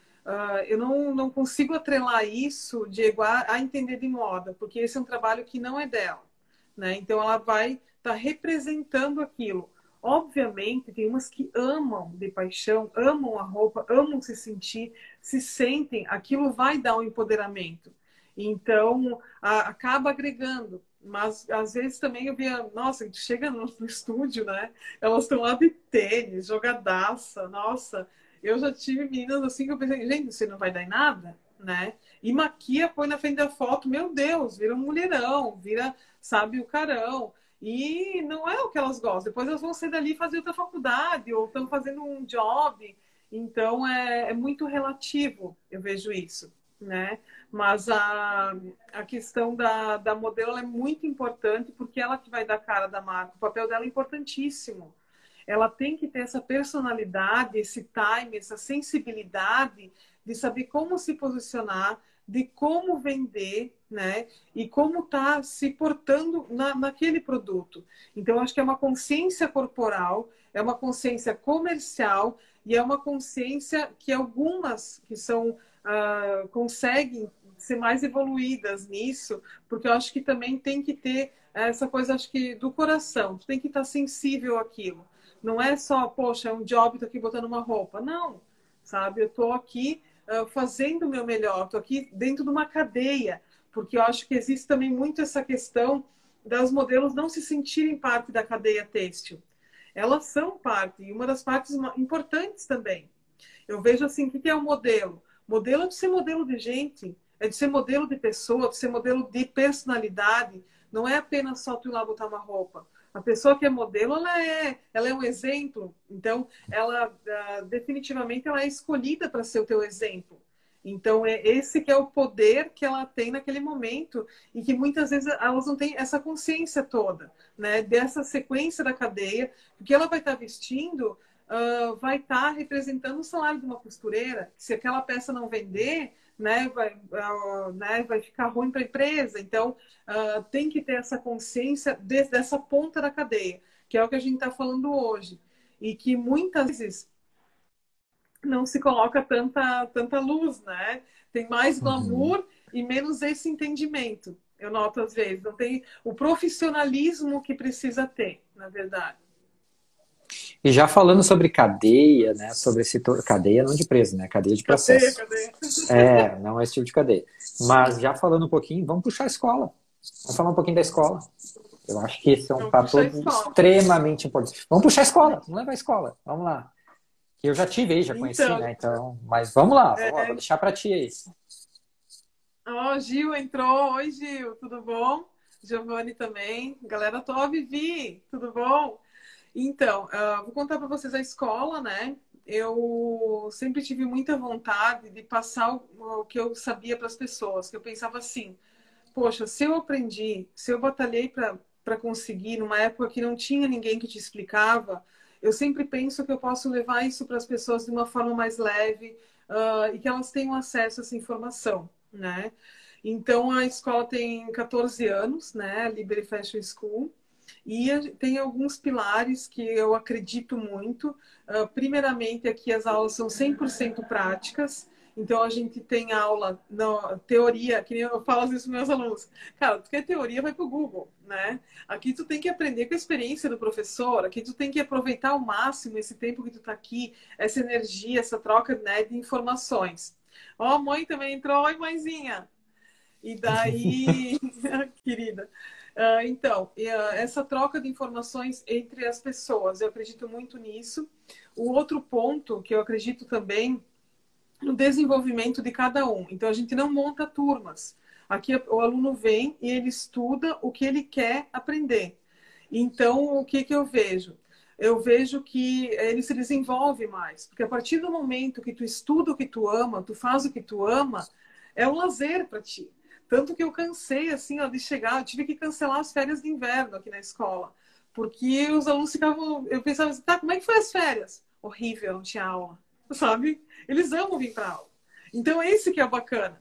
Eu não consigo atrelar isso, Diego, a entender de moda, porque esse é um trabalho que não é dela, né? Então ela vai estar representando aquilo. Obviamente, tem umas que amam de paixão, amam a roupa, amam se sentir, se sentem, aquilo vai dar um empoderamento. Então, acaba agregando. Mas, às vezes, também eu via, nossa, chega no estúdio, né? Elas estão lá de tênis, jogadaça, nossa. Eu já tive meninas assim que eu pensei, gente, você não vai dar em nada, né? E maquia, põe na frente da foto, meu Deus, vira um mulherão, vira, sabe, o carão. E não é o que elas gostam. Depois elas vão sair dali e fazer outra faculdade, ou estão fazendo um job. Então é muito relativo, eu vejo isso, né? Mas a questão da modelo é muito importante, porque ela que vai dar cara da marca. O papel dela é importantíssimo. Ela tem que ter essa personalidade, esse time, essa sensibilidade de saber como se posicionar, de como vender, né? E como tá se portando naquele produto. Então, acho que é uma consciência corporal, é uma consciência comercial e é uma consciência que algumas que são conseguem ser mais evoluídas nisso, porque eu acho que também tem que ter essa coisa, acho que do coração, tu tem que estar sensível àquilo. Não é só, poxa, é um job, tô aqui botando uma roupa. Não, sabe? Eu tô aqui fazendo o meu melhor, tô aqui dentro de uma cadeia, porque eu acho que existe também muito essa questão das modelos não se sentirem parte da cadeia têxtil. Elas são parte, e uma das partes importantes também. Eu vejo assim, o que é o modelo? Modelo é de ser modelo de gente, é de ser modelo de pessoa, de ser modelo de personalidade. Não é apenas só tu ir lá botar uma roupa. A pessoa que é modelo, ela é um exemplo. Então, ela definitivamente ela é escolhida para ser o teu exemplo. Então, é esse que é o poder que ela tem naquele momento e que muitas vezes elas não têm essa consciência toda, né? Dessa sequência da cadeia, porque ela vai estar vestindo vai estar representando o salário de uma costureira. Se aquela peça não vender, né, vai ficar ruim para a empresa. Então, tem que ter essa consciência dessa ponta da cadeia, que é o que a gente está falando hoje. E que muitas vezes não se coloca tanta luz, né? Tem mais Uhum. glamour e menos esse entendimento. Eu noto às vezes, não tem o profissionalismo que precisa ter, na verdade. E já falando sobre cadeia, né? Sobre esse cadeia não de preso, né? Cadeia de Cadê? processo. Cadê? É, não é esse tipo de cadeia. Mas já falando um pouquinho, vamos puxar a escola. Vamos falar um pouquinho da escola. Eu acho que esse é um Vamos puxar a fator escola. extremamente importante. Vamos puxar a escola, vamos levar a escola. Vamos lá. Que eu já tive aí, já conheci, Então, né? Então, mas vamos lá, vou é, deixar para ti aí. ó, Gil entrou. Oi, Gil, tudo bom? Giovanni também. Galera, tô, Vivi, tudo bom? Então, vou contar para vocês a escola, né? Eu sempre tive muita vontade de passar o que eu sabia para as pessoas, que eu pensava assim, poxa, se eu aprendi, se eu batalhei para conseguir, numa época que não tinha ninguém que te explicava, eu sempre penso que eu posso levar isso para as pessoas de uma forma mais leve, e que elas tenham acesso a essa informação, né? Então, a escola tem 14 anos, né? A Liberty Fashion School. E tem alguns pilares que eu acredito muito. Primeiramente, aqui as aulas são 100% práticas. Então, a gente tem aula, na teoria, que nem eu falo às vezes para meus alunos. Cara, tu quer teoria, vai para o Google, né? Aqui tu tem que aprender com a experiência do professor, aqui tu tem que aproveitar ao máximo esse tempo que tu está aqui, essa energia, essa troca, né, de informações. Ó, a mãe também entrou. Oi, mãezinha! E daí, querida, então, essa troca de informações entre as pessoas, eu acredito muito nisso. O outro ponto que eu acredito também no desenvolvimento de cada um. Então, a gente não monta turmas. Aqui o aluno vem e ele estuda o que ele quer aprender. Então, o que eu vejo? Eu vejo que ele se desenvolve mais. Porque a partir do momento que tu estuda o que tu ama, tu faz o que tu ama, é um lazer para ti. Tanto que eu cansei, assim, ó, de chegar, eu tive que cancelar as férias de inverno aqui na escola. Porque os alunos ficavam, eu pensava assim, tá, como é que foi as férias? Horrível, não tinha aula, sabe? Eles amam vir para aula. Então, esse que é o bacana.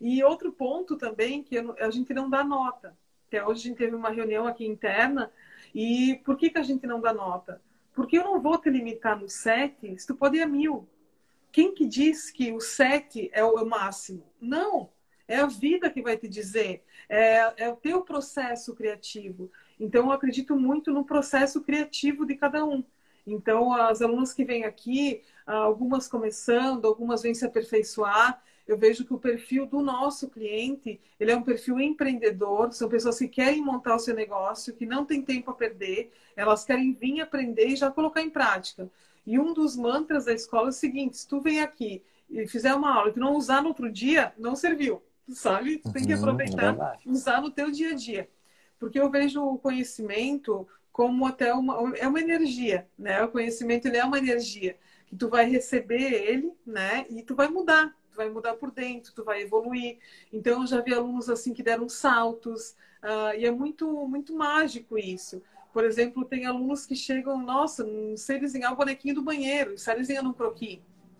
E outro ponto também, que a gente não dá nota. Até hoje a gente teve uma reunião aqui interna, e por que a gente não dá nota? Porque eu não vou te limitar no 7 se tu pode ir a 1000. Quem que diz que o 7 é o máximo? Não, é a vida que vai te dizer, é o teu processo criativo. Então, eu acredito muito no processo criativo de cada um. Então, as alunas que vêm aqui, algumas começando, algumas vêm se aperfeiçoar, eu vejo que o perfil do nosso cliente, ele é um perfil empreendedor, são pessoas que querem montar o seu negócio, que não tem tempo a perder, elas querem vir aprender e já colocar em prática. E um dos mantras da escola é o seguinte: se tu vem aqui e fizer uma aula e tu não usar no outro dia, não serviu, sabe? Tu tem que É aproveitar, verdade. usar no teu dia a dia. Porque eu vejo o conhecimento como até é uma energia, né? O conhecimento, ele é uma energia que tu vai receber ele, né? E tu vai mudar por dentro, tu vai evoluir. Então, eu já vi alunos assim que deram saltos, e é muito, muito mágico isso. Por exemplo, tem alunos que chegam, nossa, não sei desenhar o bonequinho do banheiro, sai desenhando um croquis.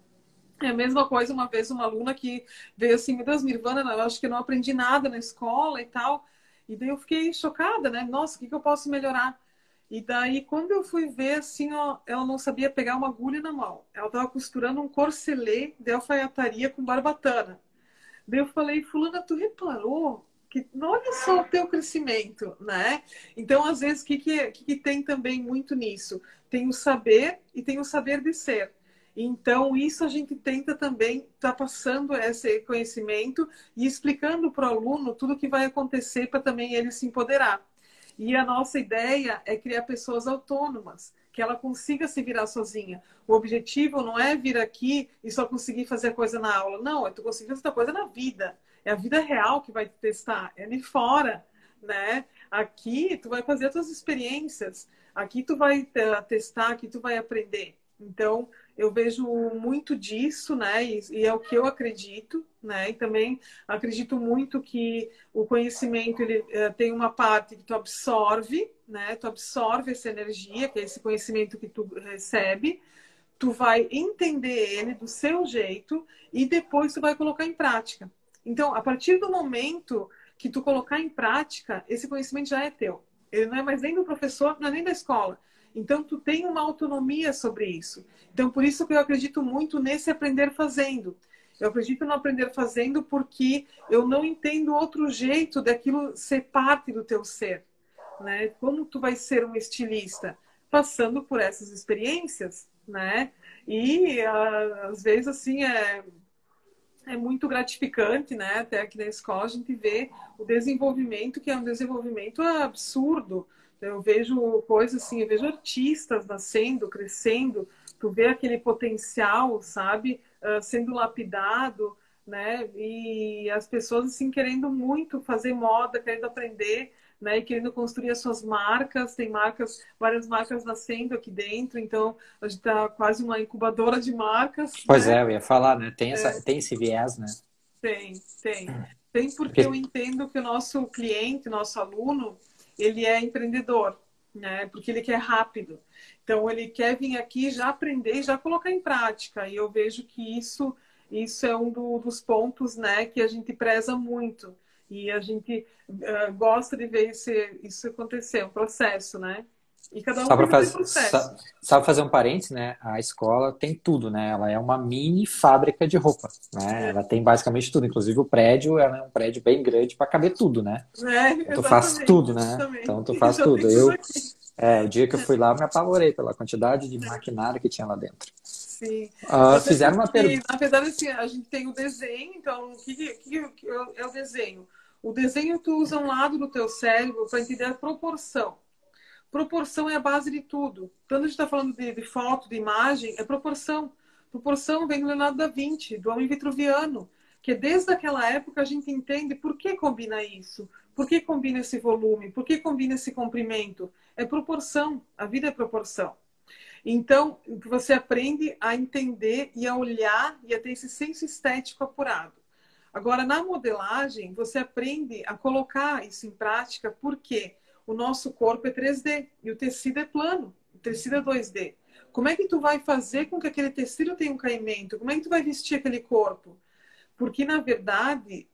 É a mesma coisa, uma vez uma aluna que veio assim, meu Deus, Nirvana, eu acho que eu não aprendi nada na escola e tal. E daí eu fiquei chocada, né? Nossa, o que eu posso melhorar? E daí, quando eu fui ver, assim, ó, ela não sabia pegar uma agulha na mão. Ela estava costurando um corcelê de alfaiataria com barbatana. Daí eu falei, fulana, tu reparou que olha só o teu crescimento, né? Então, às vezes, o que tem também muito nisso? Tem o saber e tem o saber de ser. Então, isso a gente tenta também estar passando esse conhecimento e explicando para o aluno tudo o que vai acontecer para também ele se empoderar. E a nossa ideia é criar pessoas autônomas, que ela consiga se virar sozinha. O objetivo não é vir aqui e só conseguir fazer a coisa na aula. Não, é tu conseguir fazer a coisa na vida. É a vida real que vai te testar. É ali fora, né? Aqui tu vai fazer as tuas experiências. Aqui tu vai testar, aqui tu vai aprender. Então, eu vejo muito disso, né? E é o que eu acredito, né? E também acredito muito que o conhecimento, ele tem uma parte que tu absorve, né? Tu absorve essa energia, que é esse conhecimento que tu recebe, tu vai entender ele do seu jeito e depois tu vai colocar em prática. Então, a partir do momento que tu colocar em prática, esse conhecimento já é teu. Ele não é mais nem do professor, não é nem da escola. Então, tu tem uma autonomia sobre isso. Então, por isso que eu acredito muito nesse aprender fazendo. Eu acredito no aprender fazendo porque eu não entendo outro jeito daquilo ser parte do teu ser, né? Como tu vai ser um estilista? Passando por essas experiências, né? E às vezes, assim, é muito gratificante, né? Até aqui na escola a gente vê o desenvolvimento, que é um desenvolvimento absurdo. Eu vejo coisas assim, eu vejo artistas nascendo, crescendo, tu vê aquele potencial, sabe? Sendo lapidado, né? E as pessoas assim querendo muito fazer moda, querendo aprender, né? E querendo construir as suas marcas. Tem marcas, várias marcas nascendo aqui dentro, então a gente está quase uma incubadora de marcas, Pois né? é, eu ia falar, né? Tem esse viés, né? Tem, tem. Tem porque eu Porque, entendo que o nosso cliente, nosso aluno, ele é empreendedor, né? Porque ele quer rápido. Então, ele quer vir aqui já aprender e já colocar em prática. E eu vejo que isso é um dos pontos, né, que a gente preza muito. E a gente gosta de ver isso acontecer, um processo, né? E cada um só para tem o seu fazer, processo. só pra fazer um parênteses, né? A escola tem tudo, né? Ela é uma mini fábrica de roupa, né? É, Ela tem basicamente tudo, inclusive o prédio, ela é um prédio bem grande para caber tudo, né? Então tu faz exatamente, tudo, né? Então tu exatamente. faz Já tem tudo. tudo aqui. O dia que eu fui lá, eu me apavorei pela quantidade de maquinário que tinha lá dentro. Sim, até Fizeram uma porque, pergunta. na verdade, assim, a gente tem o desenho, então, que é o desenho? O desenho tu usa um lado do teu cérebro para entender a proporção. Proporção é a base de tudo. Quando a gente está falando de foto, de imagem, é proporção. Proporção vem do Leonardo da Vinci, do homem vitruviano, que desde aquela época a gente entende por que combina isso, por que combina esse volume, por que combina esse comprimento. É proporção, a vida é proporção. Então, você aprende a entender e a olhar e a ter esse senso estético apurado. Agora, na modelagem, você aprende a colocar isso em prática porque o nosso corpo é 3D e o tecido é plano, o tecido é 2D. Como é que tu vai fazer com que aquele tecido tenha um caimento? Como é que tu vai vestir aquele corpo? Porque, na verdade,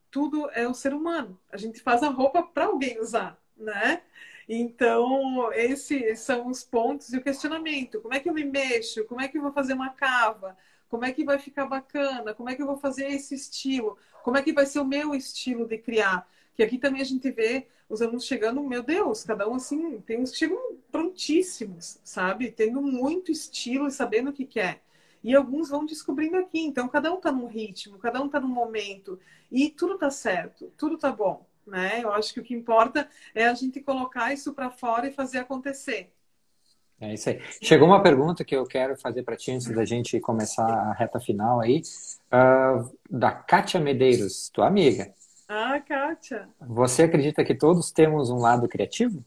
tudo é o ser humano. A gente faz a roupa para alguém usar, né? Então, esses são os pontos e o questionamento. Como é que eu me mexo? Como é que eu vou fazer uma cava? Como é que vai ficar bacana? Como é que eu vou fazer esse estilo? Como é que vai ser o meu estilo de criar? Que aqui também a gente vê os alunos chegando, meu Deus, cada um assim, tem uns que chegam prontíssimos, sabe? Tendo muito estilo e sabendo o que quer. E alguns vão descobrindo aqui. Então, cada um tá num ritmo, cada um tá num momento. E tudo tá certo, tudo tá bom, né? Eu acho que o que importa é a gente colocar isso para fora e fazer acontecer. É isso aí. Chegou uma pergunta que eu quero fazer para ti antes da gente começar a reta final aí, da Kátia Medeiros, tua amiga. Ah, Kátia. Você acredita que todos temos um lado criativo?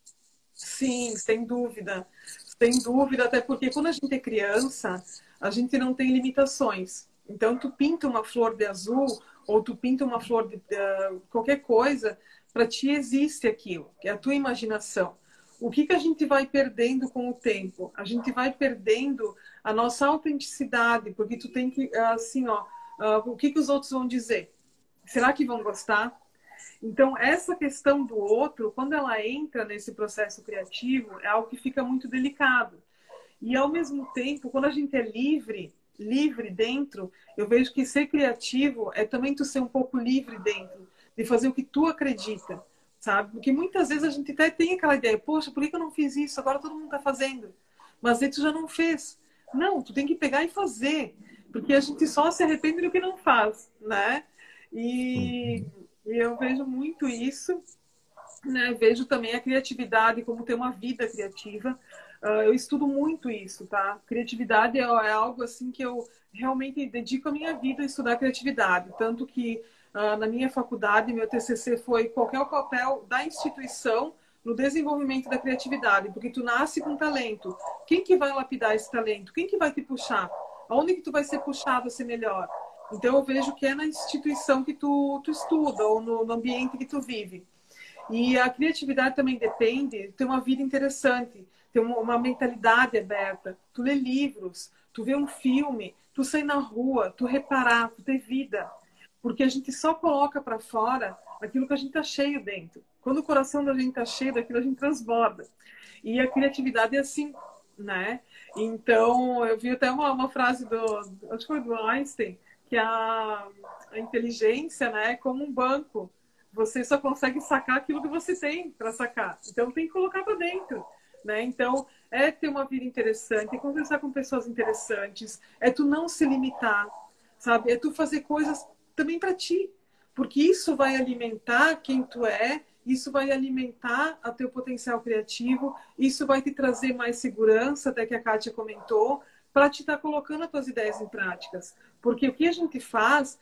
Sim, sem dúvida. Sem dúvida, até porque quando a gente é criança, a gente não tem limitações. Então, tu pinta uma flor de azul ou tu pinta uma flor de qualquer coisa, para ti existe aquilo, que é a tua imaginação. O que que a gente vai perdendo com o tempo? A gente vai perdendo a nossa autenticidade, porque tu tem que, assim, ó, o que que os outros vão dizer? Será que vão gostar? Então, essa questão do outro, quando ela entra nesse processo criativo, é algo que fica muito delicado. E, ao mesmo tempo, quando a gente é livre, livre dentro, eu vejo que ser criativo é também tu ser um pouco livre dentro, de fazer o que tu acredita, sabe? Porque muitas vezes a gente até tem aquela ideia, poxa, por que eu não fiz isso? Agora todo mundo está fazendo. Mas aí tu já não fez. Não, tu tem que pegar e fazer. Porque a gente só se arrepende do que não faz, né? E, Uhum. e eu vejo muito isso, né? Vejo também a criatividade como ter uma vida criativa. Eu estudo muito isso, tá? Criatividade é algo assim que eu realmente dedico a minha vida a estudar criatividade. Tanto que na minha faculdade, meu TCC foi qual é o papel da instituição no desenvolvimento da criatividade, porque tu nasce com talento. Quem que vai lapidar esse talento? Quem que vai te puxar? Aonde que tu vai ser puxado a ser melhor? Então eu vejo que é na instituição que tu estuda ou no ambiente que tu vive. E a criatividade também depende de ter uma vida interessante, ter uma mentalidade aberta, tu ler livros, tu ver um filme, tu sair na rua, tu reparar, tu ter vida. Porque a gente só coloca para fora aquilo que a gente tá cheio dentro. Quando o coração da gente tá cheio daquilo, a gente transborda. E a criatividade é assim, né? Então, eu vi até uma frase acho que foi do Einstein, que a inteligência, né, é como um banco. Você só consegue sacar aquilo que você tem para sacar. Então, tem que colocar para dentro, né? Então, é ter uma vida interessante, é conversar com pessoas interessantes, é tu não se limitar, sabe? É tu fazer coisas também para ti, porque isso vai alimentar quem tu é, isso vai alimentar o teu potencial criativo, isso vai te trazer mais segurança, até que a Kátia comentou, para te estar colocando as tuas ideias em práticas. Porque o que a gente faz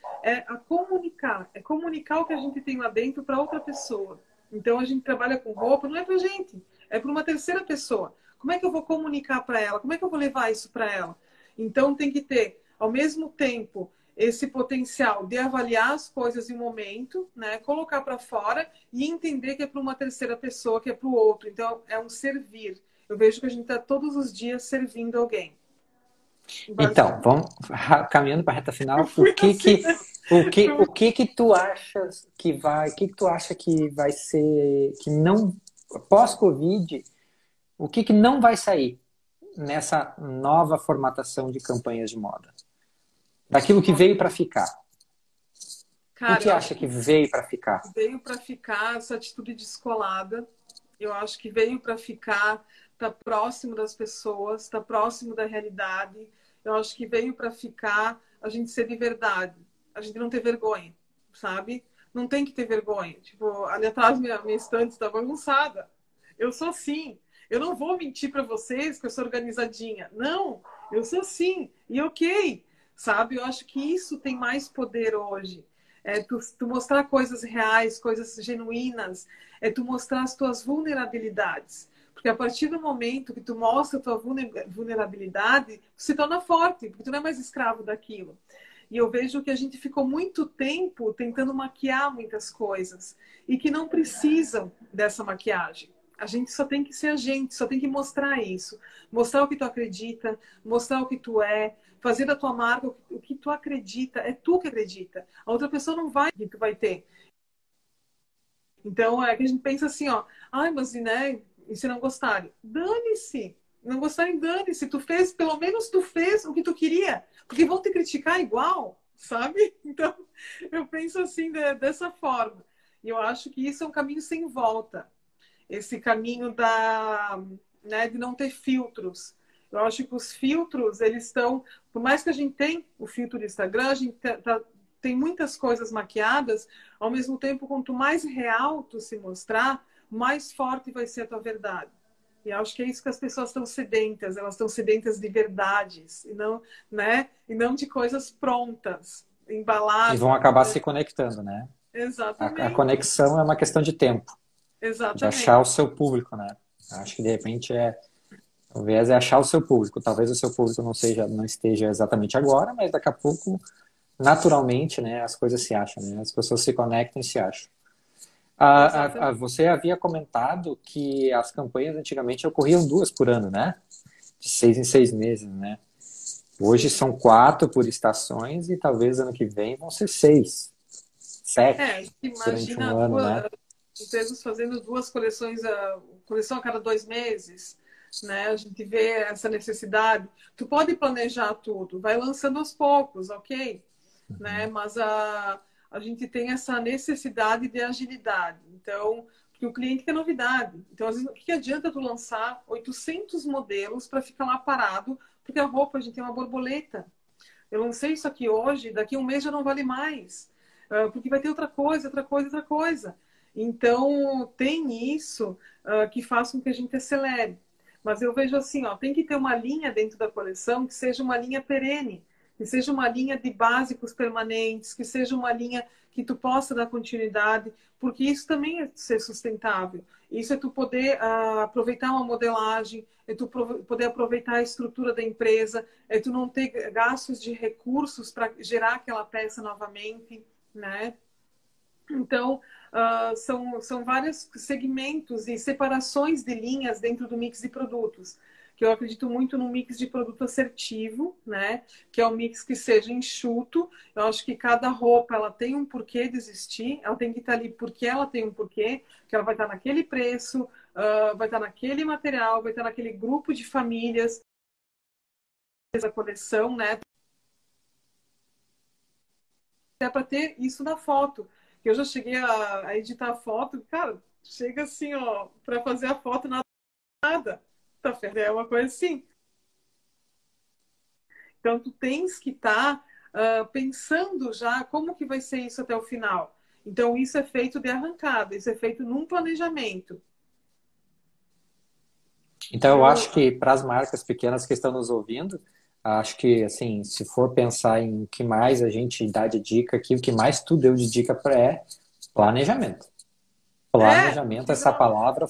é comunicar o que a gente tem lá dentro para outra pessoa. Então a gente trabalha com roupa, não é para gente, é para uma terceira pessoa. Como é que eu vou comunicar para ela? Como é que eu vou levar isso para ela? Então tem que ter, ao mesmo tempo, esse potencial de avaliar as coisas em um momento, né? Colocar para fora e entender que é para uma terceira pessoa, que é para o outro. Então é um servir. Eu vejo que a gente está todos os dias servindo alguém. Então, Basicamente. vamos caminhando para a reta Eu final. fui assim. O que que tu achas que vai, o que que tu acha que vai ser, que não, pós-Covid, o que que não vai sair nessa nova formatação de campanhas de moda? Daquilo que veio para ficar. O Cara, que eu acho acha que que veio para ficar? veio para ficar essa atitude descolada. Eu acho que veio para ficar, tá próximo das pessoas, tá próximo da realidade. Eu acho que veio para ficar a gente ser de verdade, a gente não ter vergonha, sabe? Não tem que ter vergonha. Tipo, ali atrás minha estante está bagunçada. Eu sou assim. Eu não vou mentir para vocês que eu sou organizadinha. Não, eu sou assim. E ok, sabe? Eu acho que isso tem mais poder hoje. É tu mostrar coisas reais, coisas genuínas, é tu mostrar as tuas vulnerabilidades. Porque a partir do momento que tu mostra a tua vulnerabilidade, tu se torna forte, porque tu não é mais escravo daquilo. E eu vejo que a gente ficou muito tempo tentando maquiar muitas coisas e que não precisam dessa maquiagem. A gente só tem que ser a gente, só tem que mostrar isso. Mostrar o que tu acredita, mostrar o que tu é, fazer da tua marca o que tu acredita, é tu que acredita. A outra pessoa não vai que tu vai ter. Então, é que a gente pensa assim, ó, ai, mas, né, e se não gostarem? Dane-se! Não gostarem, dane-se. Tu fez, pelo menos tu fez o que tu queria. Porque vão te criticar igual, sabe? Então, eu penso assim, dessa forma. E eu acho que isso é um caminho sem volta. Esse caminho né, de não ter filtros. Eu acho que os filtros, eles estão... Por mais que a gente tenha o filtro do Instagram, a gente tem muitas coisas maquiadas, ao mesmo tempo, quanto mais real tu se mostrar, mais forte vai ser a tua verdade. E acho que é isso que as pessoas estão sedentas, elas estão sedentas de verdades, e não, né? E não de coisas prontas, E embaladas. vão acabar se conectando, né? A Exatamente, conexão é uma questão de tempo, de achar o exatamente. seu público, né? Acho que de repente o viés é achar o seu público. Talvez o seu público não esteja exatamente agora, mas daqui a pouco, naturalmente, né, as coisas se acham, né? As pessoas se conectam e se acham. Exatamente. Você havia comentado que as campanhas antigamente ocorriam 2 por ano, né? De 6 em 6 meses, né? Hoje são 4 por estações e talvez ano que vem vão ser 6, É, 7 durante um imagina ano, né? empresas fazendo 2 coleções, coleção a cada 2 meses, né? A gente vê essa necessidade. Tu pode planejar tudo, vai lançando aos poucos, ok? Né? Mas a gente tem essa necessidade de agilidade. Então, porque o cliente quer novidade. Então, às vezes, o que adianta tu lançar 800 modelos para ficar lá parado, porque a roupa a gente tem uma borboleta. Eu lancei isso aqui hoje, daqui a um mês já não vale mais, porque vai ter outra coisa, outra coisa, outra coisa. Então, tem isso que faz com que a gente acelere. Mas eu vejo assim, ó, tem que ter uma linha dentro da coleção que seja uma linha perene, que seja uma linha de básicos permanentes, que seja uma linha que tu possa dar continuidade, porque isso também é ser sustentável. Isso é tu poder aproveitar uma modelagem, é tu poder aproveitar a estrutura da empresa, é tu não ter gastos de recursos para gerar aquela peça novamente, né? Então, são vários segmentos e separações de linhas dentro do mix de produtos. Que eu acredito muito no mix de produto assertivo, né? Que é um mix que seja enxuto. Eu acho que cada roupa ela tem um porquê de existir, ela tem que estar ali porque ela tem um porquê, que ela vai estar naquele preço, vai estar naquele material, vai estar naquele grupo de famílias da coleção, né? Até para ter isso na foto. Eu já cheguei a editar a foto, cara, chega assim, ó, para fazer a foto nada. Tá ferrado, é uma coisa assim. Então tu tens que estar pensando já como que vai ser isso até o final. Então isso é feito de arrancada, isso é feito num planejamento. Então, eu Eu, acho que para as marcas pequenas que estão nos ouvindo, acho que, assim, se for pensar em o que mais a gente dá de dica aqui, o que mais tu deu de dica para é planejamento. Planejamento, essa exato. palavra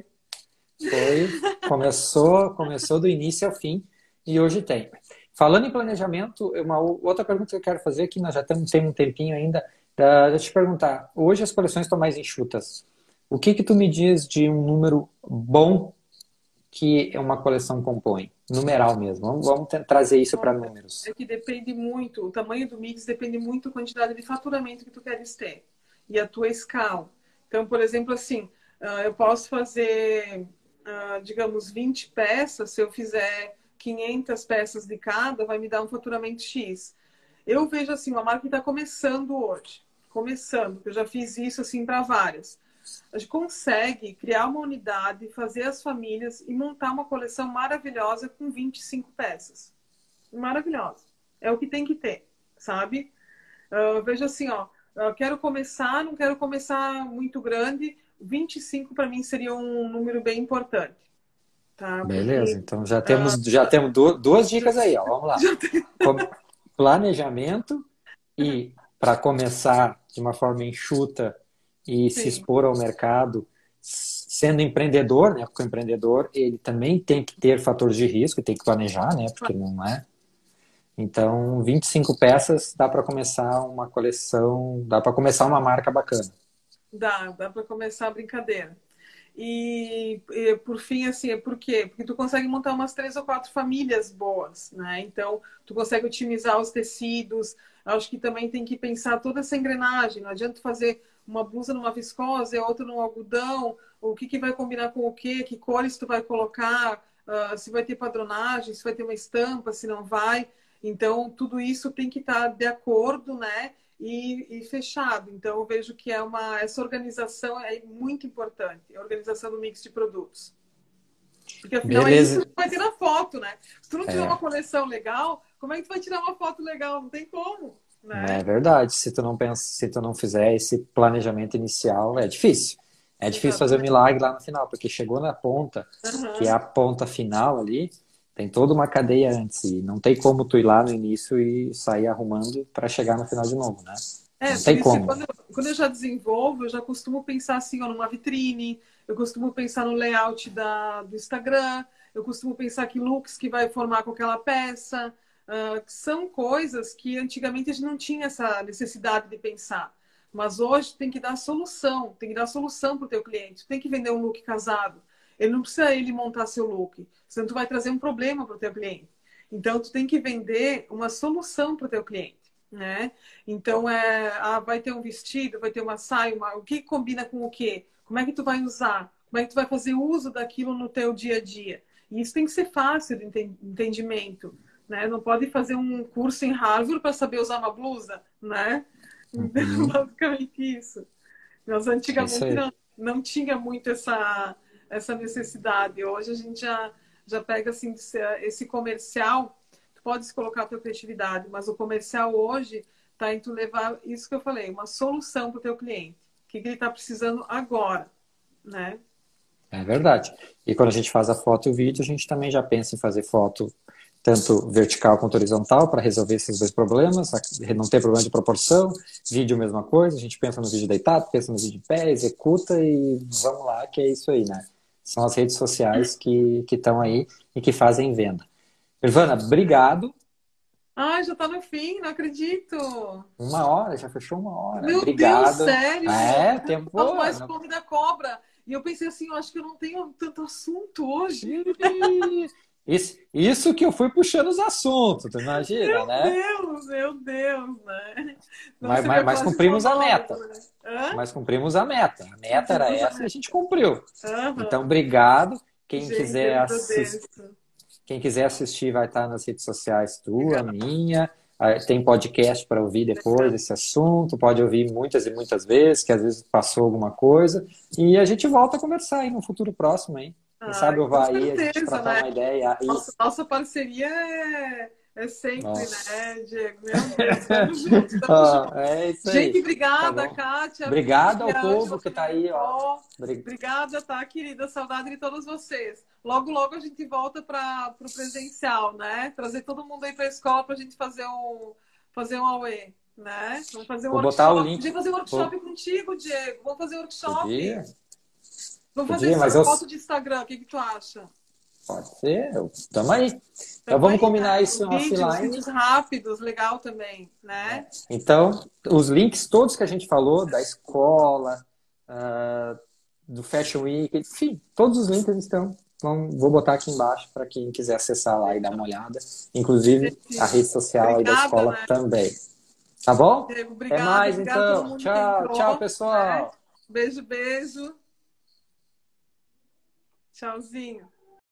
começou do início ao fim e hoje tem. Falando em planejamento, uma outra pergunta que eu quero fazer, que nós já temos um tempinho ainda, de te perguntar, hoje as coleções estão mais enxutas. O que que tu me diz de um número bom que uma coleção compõe? Numeral mesmo. Vamos trazer isso para números. É que depende muito, o tamanho do mix depende muito da quantidade de faturamento que tu queres ter e a tua escala. Então, por exemplo, assim, eu posso fazer, digamos, 20 peças, se eu fizer 500 peças de cada, vai me dar um faturamento X. Eu vejo assim, uma marca que está começando hoje, começando, que eu já fiz isso assim para várias. A gente consegue criar uma unidade, fazer as famílias e montar uma coleção maravilhosa com 25 peças maravilhosa. É o que tem que ter, sabe? Eu vejo assim, ó, eu quero começar, não quero começar muito grande. 25 para mim seria um número bem importante, tá? Beleza, Porque então já temos duas dicas aí, ó. Vamos lá. já tem... Planejamento e para começar de uma forma enxuta e se Sim, expor ao mercado, sendo empreendedor, né? Porque o empreendedor ele também tem que ter fatores de risco, tem que planejar, né? Porque não é. Então, 25 peças dá para começar uma coleção, dá para começar uma marca bacana. dá para começar a brincadeira. Por fim, assim, por quê? Porque tu consegue montar umas 3 ou 4 famílias boas, né? Então, tu consegue otimizar os tecidos. Acho que também tem que pensar toda essa engrenagem. Não adianta tu fazer uma blusa numa viscose, outra num algodão, o que vai combinar com o quê, que cores tu vai colocar, se vai ter padronagem, se vai ter uma estampa, se não vai. Então, tudo isso tem que estar de acordo, né? E fechado. Então, eu vejo que essa organização é muito importante, a organização do mix de produtos. Porque, afinal, é isso Beleza. que vai ter na foto, né? Se tu não tiver É, uma coleção legal, como é que tu vai tirar uma foto legal? Não tem como, é né? verdade. Se tu não pensa, se tu não fizer esse planejamento inicial, é difícil. É difícil fazer o Exatamente. milagre lá no final, porque chegou na ponta, que é Aham. a ponta final ali, tem toda uma cadeia antes. E não tem como tu ir lá no início e sair arrumando para chegar no final de novo, né? Não Por tem isso que como. quando eu já desenvolvo, eu já costumo pensar assim, ó, numa vitrine, eu costumo pensar no layout do Instagram, eu costumo pensar que looks que vai formar com aquela peça, que são coisas que antigamente a gente não tinha essa necessidade de pensar. Mas hoje tem que dar solução, tem que dar solução para o teu cliente. Tem que vender um look casado. Ele não precisa ele montar seu look, senão tu vai trazer um problema para o teu cliente. Então, tu tem que vender uma solução para o teu cliente, né? Então, vai ter um vestido, vai ter uma saia, o que combina com o quê? Como é que tu vai usar? Como é que tu vai fazer uso daquilo no teu dia a dia? E isso tem que ser fácil de entendimento, né? Não pode fazer um curso em Harvard para saber usar uma blusa, né? Então, Uhum. basicamente isso. Mas É isso antigamente aí. não tinha muito essa necessidade. Hoje a gente já pega assim, esse comercial, tu pode colocar a tua criatividade, mas o comercial hoje está em tu levar isso que eu falei, uma solução para o teu cliente. O que ele está precisando agora, né? É verdade. E quando a gente faz a foto e o vídeo, a gente também já pensa em fazer foto tanto vertical quanto horizontal para resolver esses dois problemas, não ter problema de proporção. Vídeo, mesma coisa, a gente pensa no vídeo deitado, pensa no vídeo de pé, executa e vamos lá, que é isso aí, né? São as redes sociais que estão aí e que fazem venda. Ivana, obrigado. Ah, já está no fim, não acredito. 1 hora, já fechou 1 hora. Meu Deus, Obrigado. sério? É, Eu tempo. falo mais fome da cobra. E eu pensei assim, eu acho que eu não tenho tanto assunto hoje. Isso que eu fui puxando os assuntos, tu imagina, né? Meu Deus, né? Não Mas, seria mas, mas quase cumprimos a monólogo, meta. né? Hã? Mas cumprimos a meta. A meta era Cumprimos a essa e a meta. gente cumpriu. Então, Aham. obrigado. Gente, eu agradeço. Quem quiser assistir vai estar nas redes sociais tua, minha. Tem podcast para ouvir depois desse assunto. Pode ouvir muitas e muitas vezes, que às vezes passou alguma coisa. E a gente volta a conversar aí no futuro próximo, hein? Quem sabe Ai, eu com vá aí, a gente certeza, trocar né? uma ideia. Nossa parceria é sempre, Nossa. né, Diego? Meu Deus, estamos juntos, estamos juntos. É isso Gente, aí. Tá obrigada, bom? Kátia, Obrigado ao Vivian, povo Ângela, que que tá aí, ó. comentou. Obrigada, tá, querida? Saudade de todos vocês. Logo, logo a gente volta para o presencial, né? Trazer todo mundo aí para a escola para a gente fazer um auê, né? Vamos fazer um Vou botar o workshop. Podia link. fazer um Vou... workshop contigo, Diego. Vamos fazer um workshop. Podia, Vamos fazer podia, mas eu. foto de Instagram. O que que tu acha? Pode ser, tamo aí. Então vamos Também, né? combinar isso Os offline. vídeos rápidos, legal também, né? Então, os links todos que a gente falou, da escola, do Fashion Week, enfim, todos os links estão. Vou botar aqui embaixo para quem quiser acessar lá e dar uma olhada. Inclusive a Gente, rede social aí da obrigada, escola né? também. Tá bom? Diego, Até obrigada, mais obrigada a todo então. mundo que Tchau, tchau, entrou, né? pessoal. Beijo, beijo. Tchauzinho.